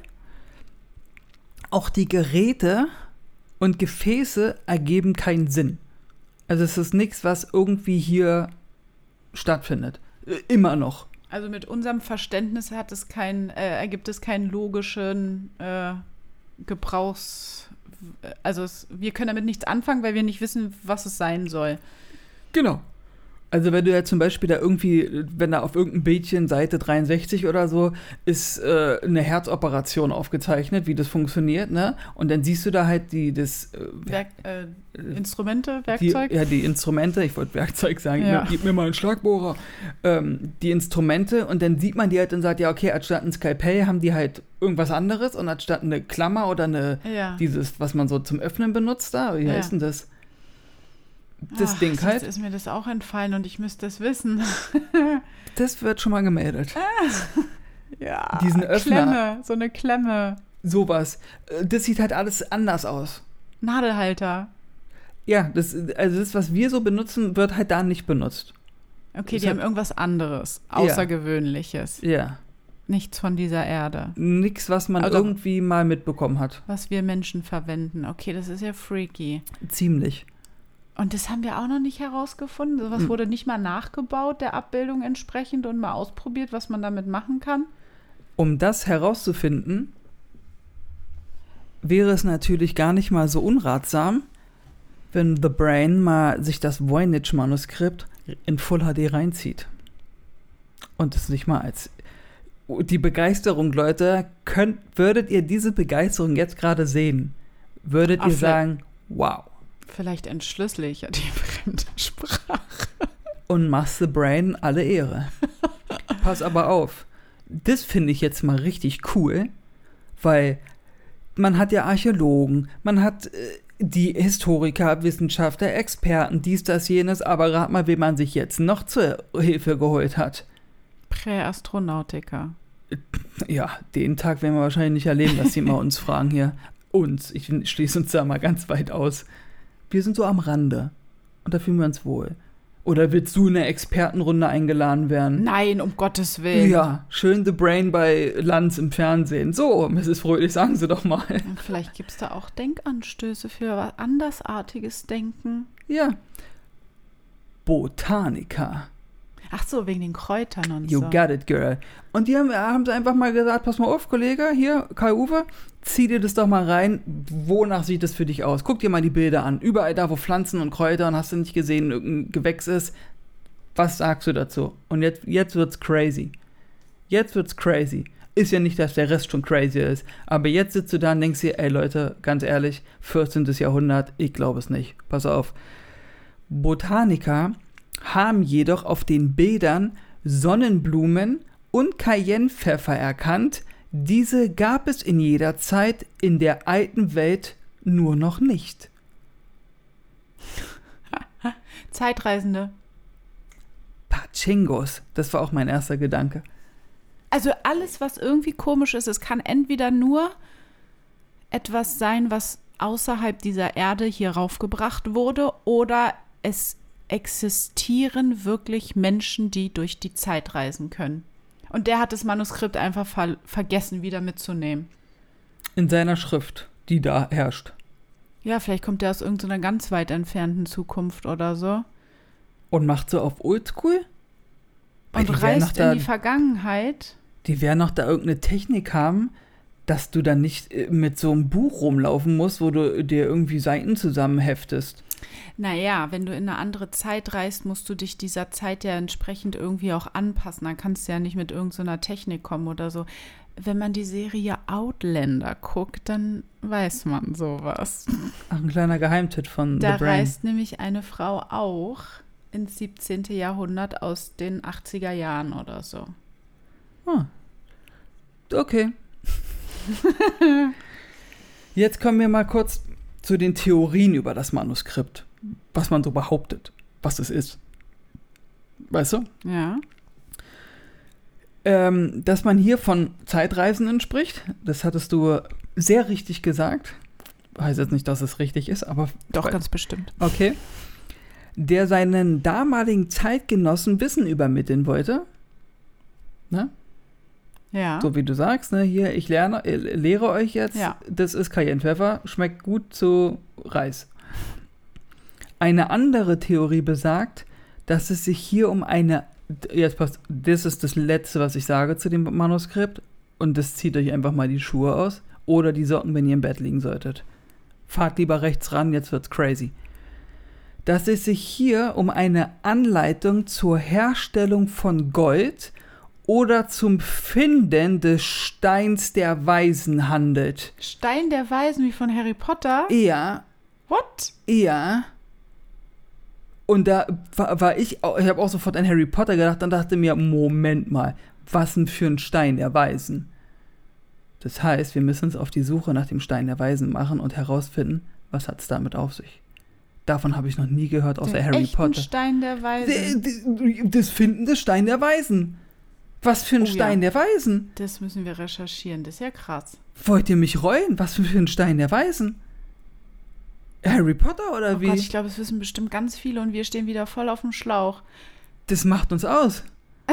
Speaker 2: Auch die Geräte und Gefäße ergeben keinen Sinn. Also es ist nichts, was irgendwie hier stattfindet. Äh, Immer noch.
Speaker 1: Also mit unserem Verständnis hat es kein, äh, ergibt es keinen logischen äh, Gebrauchs... Also es, wir können damit nichts anfangen, weil wir nicht wissen, was es sein soll.
Speaker 2: Genau. Also wenn du ja zum Beispiel da irgendwie, wenn da auf irgendeinem Bildchen Seite dreiundsechzig oder so ist äh, eine Herzoperation aufgezeichnet, wie das funktioniert, ne? Und dann siehst du da halt die, das äh,
Speaker 1: Werk, äh, Instrumente,
Speaker 2: die,
Speaker 1: Werkzeug?
Speaker 2: ja, die Instrumente, ich wollte Werkzeug sagen,
Speaker 1: Ja.
Speaker 2: ne, gib mir mal einen Schlagbohrer. Ähm, die Instrumente und dann sieht man die halt und sagt, ja, okay, anstatt ein Skalpell haben die halt irgendwas anderes und anstatt eine Klammer oder eine,
Speaker 1: Ja.
Speaker 2: dieses, was man so zum Öffnen benutzt da, wie
Speaker 1: Ja.
Speaker 2: heißt denn das? Das
Speaker 1: Ach,
Speaker 2: Ding
Speaker 1: jetzt
Speaker 2: halt,
Speaker 1: ist mir das auch entfallen und ich müsste es wissen.
Speaker 2: das wird schon mal gemeldet.
Speaker 1: Ja,
Speaker 2: Diesen Öffner.
Speaker 1: Klemme, so eine Klemme.
Speaker 2: Sowas. Äh, Das sieht halt alles anders aus.
Speaker 1: Nadelhalter.
Speaker 2: Ja, das, also das, was wir so benutzen, wird halt da nicht benutzt.
Speaker 1: Okay,
Speaker 2: Ist
Speaker 1: die
Speaker 2: ja-
Speaker 1: haben irgendwas anderes,
Speaker 2: Ja.
Speaker 1: Außergewöhnliches.
Speaker 2: Ja.
Speaker 1: Nichts von dieser Erde,
Speaker 2: Nix, was man
Speaker 1: Also-
Speaker 2: irgendwie mal mitbekommen hat.
Speaker 1: was wir Menschen verwenden. Okay, das ist ja freaky.
Speaker 2: Ziemlich.
Speaker 1: Und das haben wir auch noch nicht herausgefunden. Sowas
Speaker 2: Hm.
Speaker 1: wurde nicht mal nachgebaut, der Abbildung entsprechend, und mal ausprobiert, was man damit machen kann.
Speaker 2: Um das herauszufinden, wäre es natürlich gar nicht mal so unratsam, wenn The Brain mal sich das Voynich-Manuskript in Full H D reinzieht. Und es nicht mal als... Die Begeisterung, Leute, könnt, würdet ihr diese Begeisterung jetzt gerade sehen, würdet
Speaker 1: Ach,
Speaker 2: ihr
Speaker 1: vielleicht-
Speaker 2: sagen, wow.
Speaker 1: Vielleicht entschlüssel ich ja die Fremdsprache.
Speaker 2: Und machst The Brain alle Ehre. Pass aber auf. Das finde ich jetzt mal richtig cool, weil man hat ja Archäologen, man hat äh, die Historiker, Wissenschaftler, Experten, dies, das, jenes, aber rat mal, wen man sich jetzt noch zur Hilfe geholt hat.
Speaker 1: Präastronautiker.
Speaker 2: Ja, den Tag werden wir wahrscheinlich nicht erleben, dass sie mal uns fragen hier. Uns, ich schließe uns da mal ganz weit aus. Wir sind so am Rande und da fühlen wir uns wohl. Oder willst du in eine Expertenrunde eingeladen werden?
Speaker 1: Nein, um Gottes Willen.
Speaker 2: Ja, schön The Brain bei Lanz im Fernsehen. So, Misses Fröhlich, sagen Sie doch mal.
Speaker 1: Und vielleicht gibt es da auch Denkanstöße für was andersartiges Denken.
Speaker 2: Ja. Botaniker.
Speaker 1: Ach so, wegen den Kräutern und
Speaker 2: You
Speaker 1: so.
Speaker 2: got it, girl. Und die haben, haben sie einfach mal gesagt, pass mal auf, Kollege, hier, Kai-Uwe, zieh dir das doch mal rein. Wonach sieht das für dich aus? Guck dir mal die Bilder an. Überall da, wo Pflanzen und Kräuter und hast du nicht gesehen, irgendein Gewächs ist. Was sagst du dazu? Und jetzt, jetzt wird's crazy. Jetzt wird's crazy. Ist ja nicht, dass der Rest schon crazy ist. Aber jetzt sitzt du da und denkst dir, ey Leute, ganz ehrlich, vierzehnten. Jahrhundert, ich glaube es nicht. Pass auf. Botaniker haben jedoch auf den Bildern Sonnenblumen und Cayennepfeffer erkannt. Diese gab es in jeder Zeit in der alten Welt nur noch nicht.
Speaker 1: Zeitreisende.
Speaker 2: Pachingos, das war auch mein erster Gedanke.
Speaker 1: Also alles, was irgendwie komisch ist, es kann entweder nur etwas sein, was außerhalb dieser Erde hier raufgebracht wurde, oder es existieren wirklich Menschen, die durch die Zeit reisen können. Und der hat das Manuskript einfach ver- vergessen, wieder mitzunehmen.
Speaker 2: In seiner Schrift, die da herrscht.
Speaker 1: Ja, vielleicht kommt der aus irgendeiner ganz weit entfernten Zukunft oder so.
Speaker 2: Und macht so auf Oldschool? Weil
Speaker 1: Und
Speaker 2: die werden noch
Speaker 1: reist
Speaker 2: da-
Speaker 1: in die Vergangenheit.
Speaker 2: Die werden noch da irgendeine Technik haben, dass du dann nicht äh, mit so einem Buch rumlaufen musst, wo du dir irgendwie Seiten zusammenheftest.
Speaker 1: Naja, wenn du in eine andere Zeit reist, musst du dich dieser Zeit ja entsprechend irgendwie auch anpassen. Dann kannst du ja nicht mit irgendeiner Technik kommen oder so. Wenn man die Serie Outlander guckt, dann weiß man sowas.
Speaker 2: Ach, ein kleiner Geheimtipp von
Speaker 1: Da
Speaker 2: The Brain.
Speaker 1: reist nämlich eine Frau auch ins siebzehnten Jahrhundert aus den achtziger Jahren oder so.
Speaker 2: Ah. Okay. Jetzt kommen wir mal kurz zu den Theorien über das Manuskript. Was man so behauptet, was es ist. Weißt du?
Speaker 1: Ja.
Speaker 2: Ähm, dass man hier von Zeitreisenden spricht, das hattest du sehr richtig gesagt. Heißt jetzt nicht, dass es richtig ist, aber...
Speaker 1: Doch, ganz bestimmt.
Speaker 2: Okay. Der seinen damaligen Zeitgenossen Wissen übermitteln wollte. Ne?
Speaker 1: Ja.
Speaker 2: So wie du sagst, ne? Hier, ich lerne, äh, lehre euch jetzt,
Speaker 1: Ja.
Speaker 2: das ist Cayennepfeffer, schmeckt gut zu Reis. Eine andere Theorie besagt, dass es sich hier um eine, jetzt passt, das ist das Letzte, was ich sage zu dem Manuskript, und das zieht euch einfach mal die Schuhe aus oder die Socken, wenn ihr im Bett liegen solltet. Fahrt lieber rechts ran, jetzt wird's crazy. Dass es sich hier um eine Anleitung zur Herstellung von Gold oder zum Finden des Steins der Weisen handelt.
Speaker 1: Stein der Weisen wie von Harry Potter?
Speaker 2: Ja,
Speaker 1: What?
Speaker 2: ja. Und da war, war ich, auch- ich habe auch sofort an Harry Potter gedacht und dachte mir, Moment mal, was denn für ein Stein der Weisen? Das heißt, wir müssen uns auf die Suche nach dem Stein der Weisen machen und herausfinden, was hat es damit auf sich. Davon habe ich noch nie gehört, außer
Speaker 1: Den
Speaker 2: Harry
Speaker 1: echten
Speaker 2: Potter.
Speaker 1: Stein der Weisen.
Speaker 2: D- d- Das Finden des Stein der Weisen. Was für ein
Speaker 1: Oh ja.
Speaker 2: Stein der Weisen?
Speaker 1: Das müssen wir recherchieren. Das ist ja krass.
Speaker 2: Wollt ihr mich reuen? Was für ein Stein der Weisen? Harry Potter oder
Speaker 1: Oh
Speaker 2: wie?
Speaker 1: Gott, ich glaube, es wissen bestimmt ganz viele und wir stehen wieder voll auf dem Schlauch.
Speaker 2: Das macht uns aus.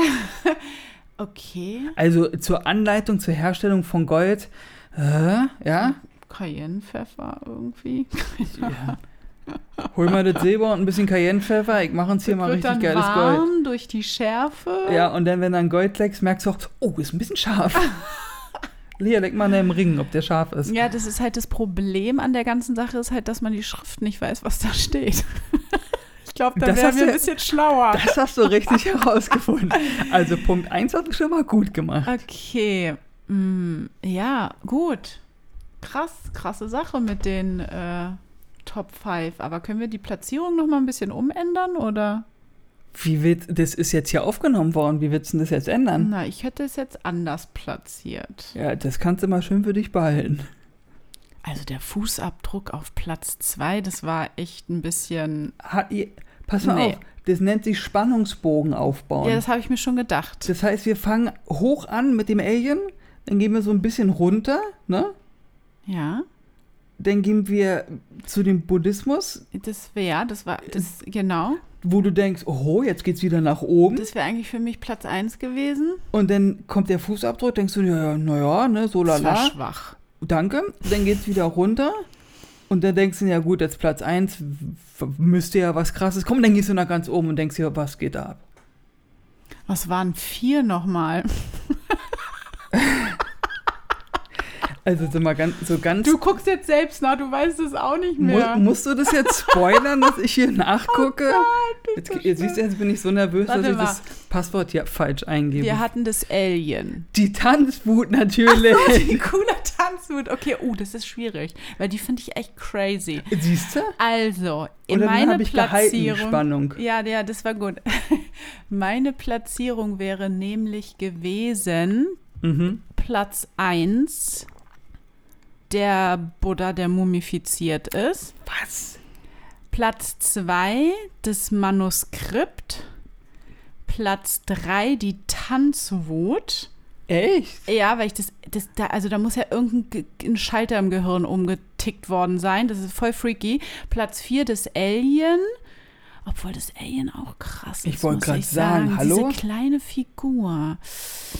Speaker 1: Okay.
Speaker 2: Also zur Anleitung zur Herstellung von Gold, äh, ja?
Speaker 1: Cayennepfeffer irgendwie.
Speaker 2: ja. Hol mal das Silber und ein bisschen Cayennepfeffer, ich mache uns hier mal
Speaker 1: Wird
Speaker 2: richtig
Speaker 1: dann
Speaker 2: geiles
Speaker 1: warm
Speaker 2: Gold.
Speaker 1: durch die Schärfe.
Speaker 2: Ja, und dann, wenn dann Gold leckst, merkst du auch, oh, ist ein bisschen scharf. Lea, leck mal an deinem Ring, ob der scharf ist.
Speaker 1: Ja, das ist halt das Problem an der ganzen Sache, ist halt, dass man die Schrift nicht weiß, was da steht. Ich glaube, da
Speaker 2: Das
Speaker 1: wären
Speaker 2: hast
Speaker 1: wir ein
Speaker 2: du-
Speaker 1: bisschen schlauer.
Speaker 2: Das hast du richtig herausgefunden. Also Punkt eins hast du schon mal gut gemacht.
Speaker 1: Okay. Mm, ja, gut. Krass, krasse Sache mit den äh, Top fünf. Aber können wir die Platzierung noch mal ein bisschen umändern, oder?
Speaker 2: Wie wird, das ist jetzt hier aufgenommen worden, wie willst du das jetzt ändern?
Speaker 1: Na, ich hätte es jetzt anders platziert.
Speaker 2: Ja, das kannst du mal schön für dich behalten.
Speaker 1: Also der Fußabdruck auf Platz zwei, das war echt ein bisschen...
Speaker 2: Hat ihr, pass mal
Speaker 1: Nee.
Speaker 2: auf, das nennt sich Spannungsbogen aufbauen.
Speaker 1: Ja, das habe ich mir schon gedacht.
Speaker 2: Das heißt, wir fangen hoch an mit dem Alien, dann gehen wir so ein bisschen runter, ne?
Speaker 1: Ja,
Speaker 2: Dann gehen wir zu dem Buddhismus,
Speaker 1: das wäre, ja, das war, das, genau.
Speaker 2: wo du denkst, oh, jetzt geht's wieder nach oben.
Speaker 1: Das wäre eigentlich für mich Platz eins gewesen.
Speaker 2: Und dann kommt der Fußabdruck, denkst du, ja, naja, ne, so
Speaker 1: Das war
Speaker 2: lala.
Speaker 1: schwach.
Speaker 2: Danke. Dann geht's wieder runter. Und dann denkst du, ja gut, jetzt Platz eins, müsste ja was Krasses kommen. Dann gehst du nach ganz oben und denkst dir, was geht da ab?
Speaker 1: Was waren vier nochmal?
Speaker 2: Also so mal ganz, so ganz.
Speaker 1: Du guckst jetzt selbst nach, du weißt es auch nicht
Speaker 2: mu
Speaker 1: mehr.
Speaker 2: musst du das jetzt spoilern, dass ich hier nachgucke?
Speaker 1: Oh
Speaker 2: jetzt, jetzt, siehst du, jetzt bin ich so nervös,
Speaker 1: Warte
Speaker 2: dass ich
Speaker 1: mal.
Speaker 2: das Passwort hier falsch eingebe.
Speaker 1: Wir hatten das Alien.
Speaker 2: Die Tanzwut natürlich.
Speaker 1: Die coole Tanzwut. Okay, oh, das ist schwierig, weil die finde ich echt crazy.
Speaker 2: Siehst du?
Speaker 1: Also, in
Speaker 2: Oder dann
Speaker 1: meine
Speaker 2: habe ich gehalten, die
Speaker 1: Platzierung.
Speaker 2: Spannung.
Speaker 1: Ja, ja, das war gut. Meine Platzierung wäre nämlich gewesen
Speaker 2: Mhm.
Speaker 1: Platz eins, der Buddha, der mumifiziert ist.
Speaker 2: Was?
Speaker 1: Platz zwei, das Manuskript. Platz drei, die Tanzwut.
Speaker 2: Echt?
Speaker 1: Ja, weil ich das, das da, also da muss ja irgendein Ge- ein Schalter im Gehirn umgetickt worden sein. Das ist voll freaky. Platz vier, das Alien. Obwohl das Alien auch krass ist.
Speaker 2: Ich wollte
Speaker 1: muss
Speaker 2: grad
Speaker 1: ich
Speaker 2: sagen, hallo?
Speaker 1: Diese kleine Figur.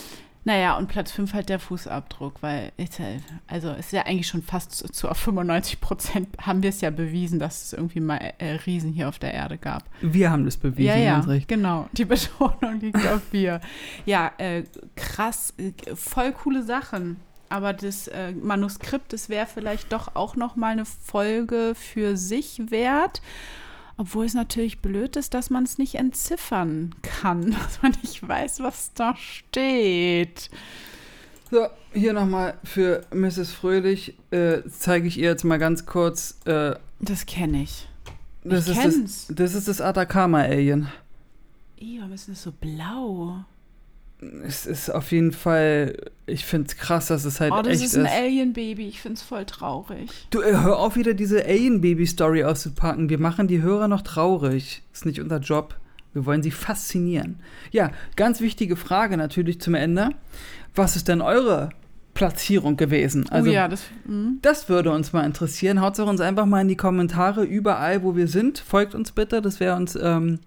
Speaker 1: Naja, und Platz fünf halt der Fußabdruck, weil, ist ja, also es ist ja eigentlich schon fast zu, zu auf fünfundneunzig Prozent haben wir es ja bewiesen, dass es irgendwie mal äh, Riesen hier auf der Erde gab.
Speaker 2: Wir haben das bewiesen,
Speaker 1: ja, ja,
Speaker 2: ganz recht.
Speaker 1: Genau, die Betonung liegt auf wir. Ja, äh, krass, äh, voll coole Sachen. Aber das äh, Manuskript, das wäre vielleicht doch auch noch mal eine Folge für sich wert. Obwohl es natürlich blöd ist, dass man es nicht entziffern kann, dass man nicht weiß, was da steht.
Speaker 2: So, hier nochmal für Misses Fröhlich äh, zeige ich ihr jetzt mal ganz kurz. Äh,
Speaker 1: das kenne ich.
Speaker 2: Das
Speaker 1: ich
Speaker 2: ist
Speaker 1: kenn's.
Speaker 2: Das, das ist das Atacama-Alien.
Speaker 1: Ih, warum ist das so blau?
Speaker 2: Es ist auf jeden Fall, ich finde es krass, dass es halt
Speaker 1: echt ist. Oh, das
Speaker 2: echt
Speaker 1: ist ein Alien-Baby. Ich finde es voll traurig.
Speaker 2: Du, äh, hör auf, wieder diese Alien-Baby-Story auszupacken. Wir machen die Hörer noch traurig. Ist nicht unser Job. Wir wollen sie faszinieren. Ja, ganz wichtige Frage natürlich zum Ende. Was ist denn eure Platzierung gewesen? Also,
Speaker 1: oh ja, das, mh.
Speaker 2: das würde uns mal interessieren. Haut uns einfach mal in die Kommentare überall, wo wir sind. Folgt uns bitte, das wäre uns ähm,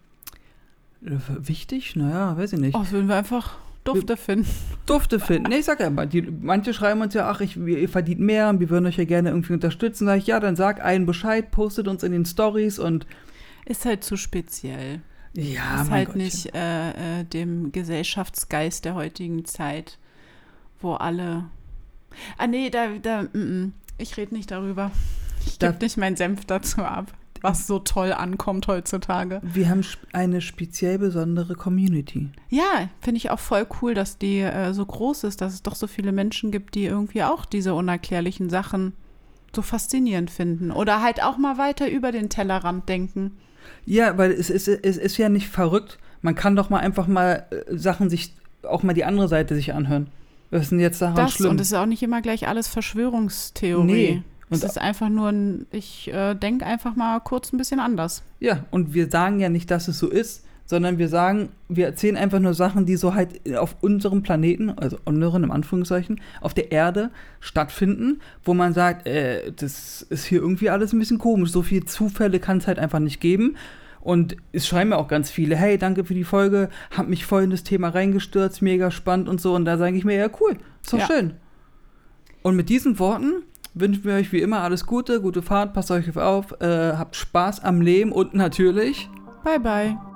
Speaker 2: wichtig. Naja, weiß ich nicht.
Speaker 1: Oh, das würden wir einfach Dufte finden.
Speaker 2: Dufte finden. Nee, ich sag ja mal, die, manche schreiben uns ja, ach, ich, ihr verdient mehr und wir würden euch ja gerne irgendwie unterstützen. Sag ich, ja, dann sag allen Bescheid, postet uns in den Stories und
Speaker 1: ist halt zu speziell.
Speaker 2: Ja,
Speaker 1: ist
Speaker 2: mein
Speaker 1: halt
Speaker 2: Gottchen.
Speaker 1: nicht äh, äh, dem Gesellschaftsgeist der heutigen Zeit, wo alle. Ah, nee, da, da, mm, mm. ich rede nicht darüber. Ich gebe nicht meinen Senf dazu ab, was so toll ankommt heutzutage.
Speaker 2: Wir haben eine speziell besondere Community.
Speaker 1: Ja, finde ich auch voll cool, dass die äh, so groß ist, dass es doch so viele Menschen gibt, die irgendwie auch diese unerklärlichen Sachen so faszinierend finden. Oder halt auch mal weiter über den Tellerrand denken.
Speaker 2: Ja, weil es ist, es ist ja nicht verrückt. Man kann doch mal einfach mal äh, Sachen sich, auch mal die andere Seite sich anhören. Was ist denn jetzt daran
Speaker 1: das,
Speaker 2: schlimm?
Speaker 1: Und es ist auch nicht immer gleich alles Verschwörungstheorie. Nee. Es ist einfach nur ein, ich äh, denke einfach mal kurz ein bisschen anders.
Speaker 2: Ja, und wir sagen ja nicht, dass es so ist, sondern wir sagen, wir erzählen einfach nur Sachen, die so halt auf unserem Planeten, also unseren im Anführungszeichen, auf der Erde stattfinden, wo man sagt, äh, das ist hier irgendwie alles ein bisschen komisch. So viele Zufälle kann es halt einfach nicht geben. Und es schreiben ja auch ganz viele, hey, danke für die Folge, hab mich voll in das Thema reingestürzt, mega spannend und so. Und da sage ich mir, ja cool, ist doch ja. schön. Und mit diesen Worten wünschen wir euch wie immer alles Gute, gute Fahrt, passt euch auf, äh, habt Spaß am Leben und natürlich
Speaker 1: bye bye.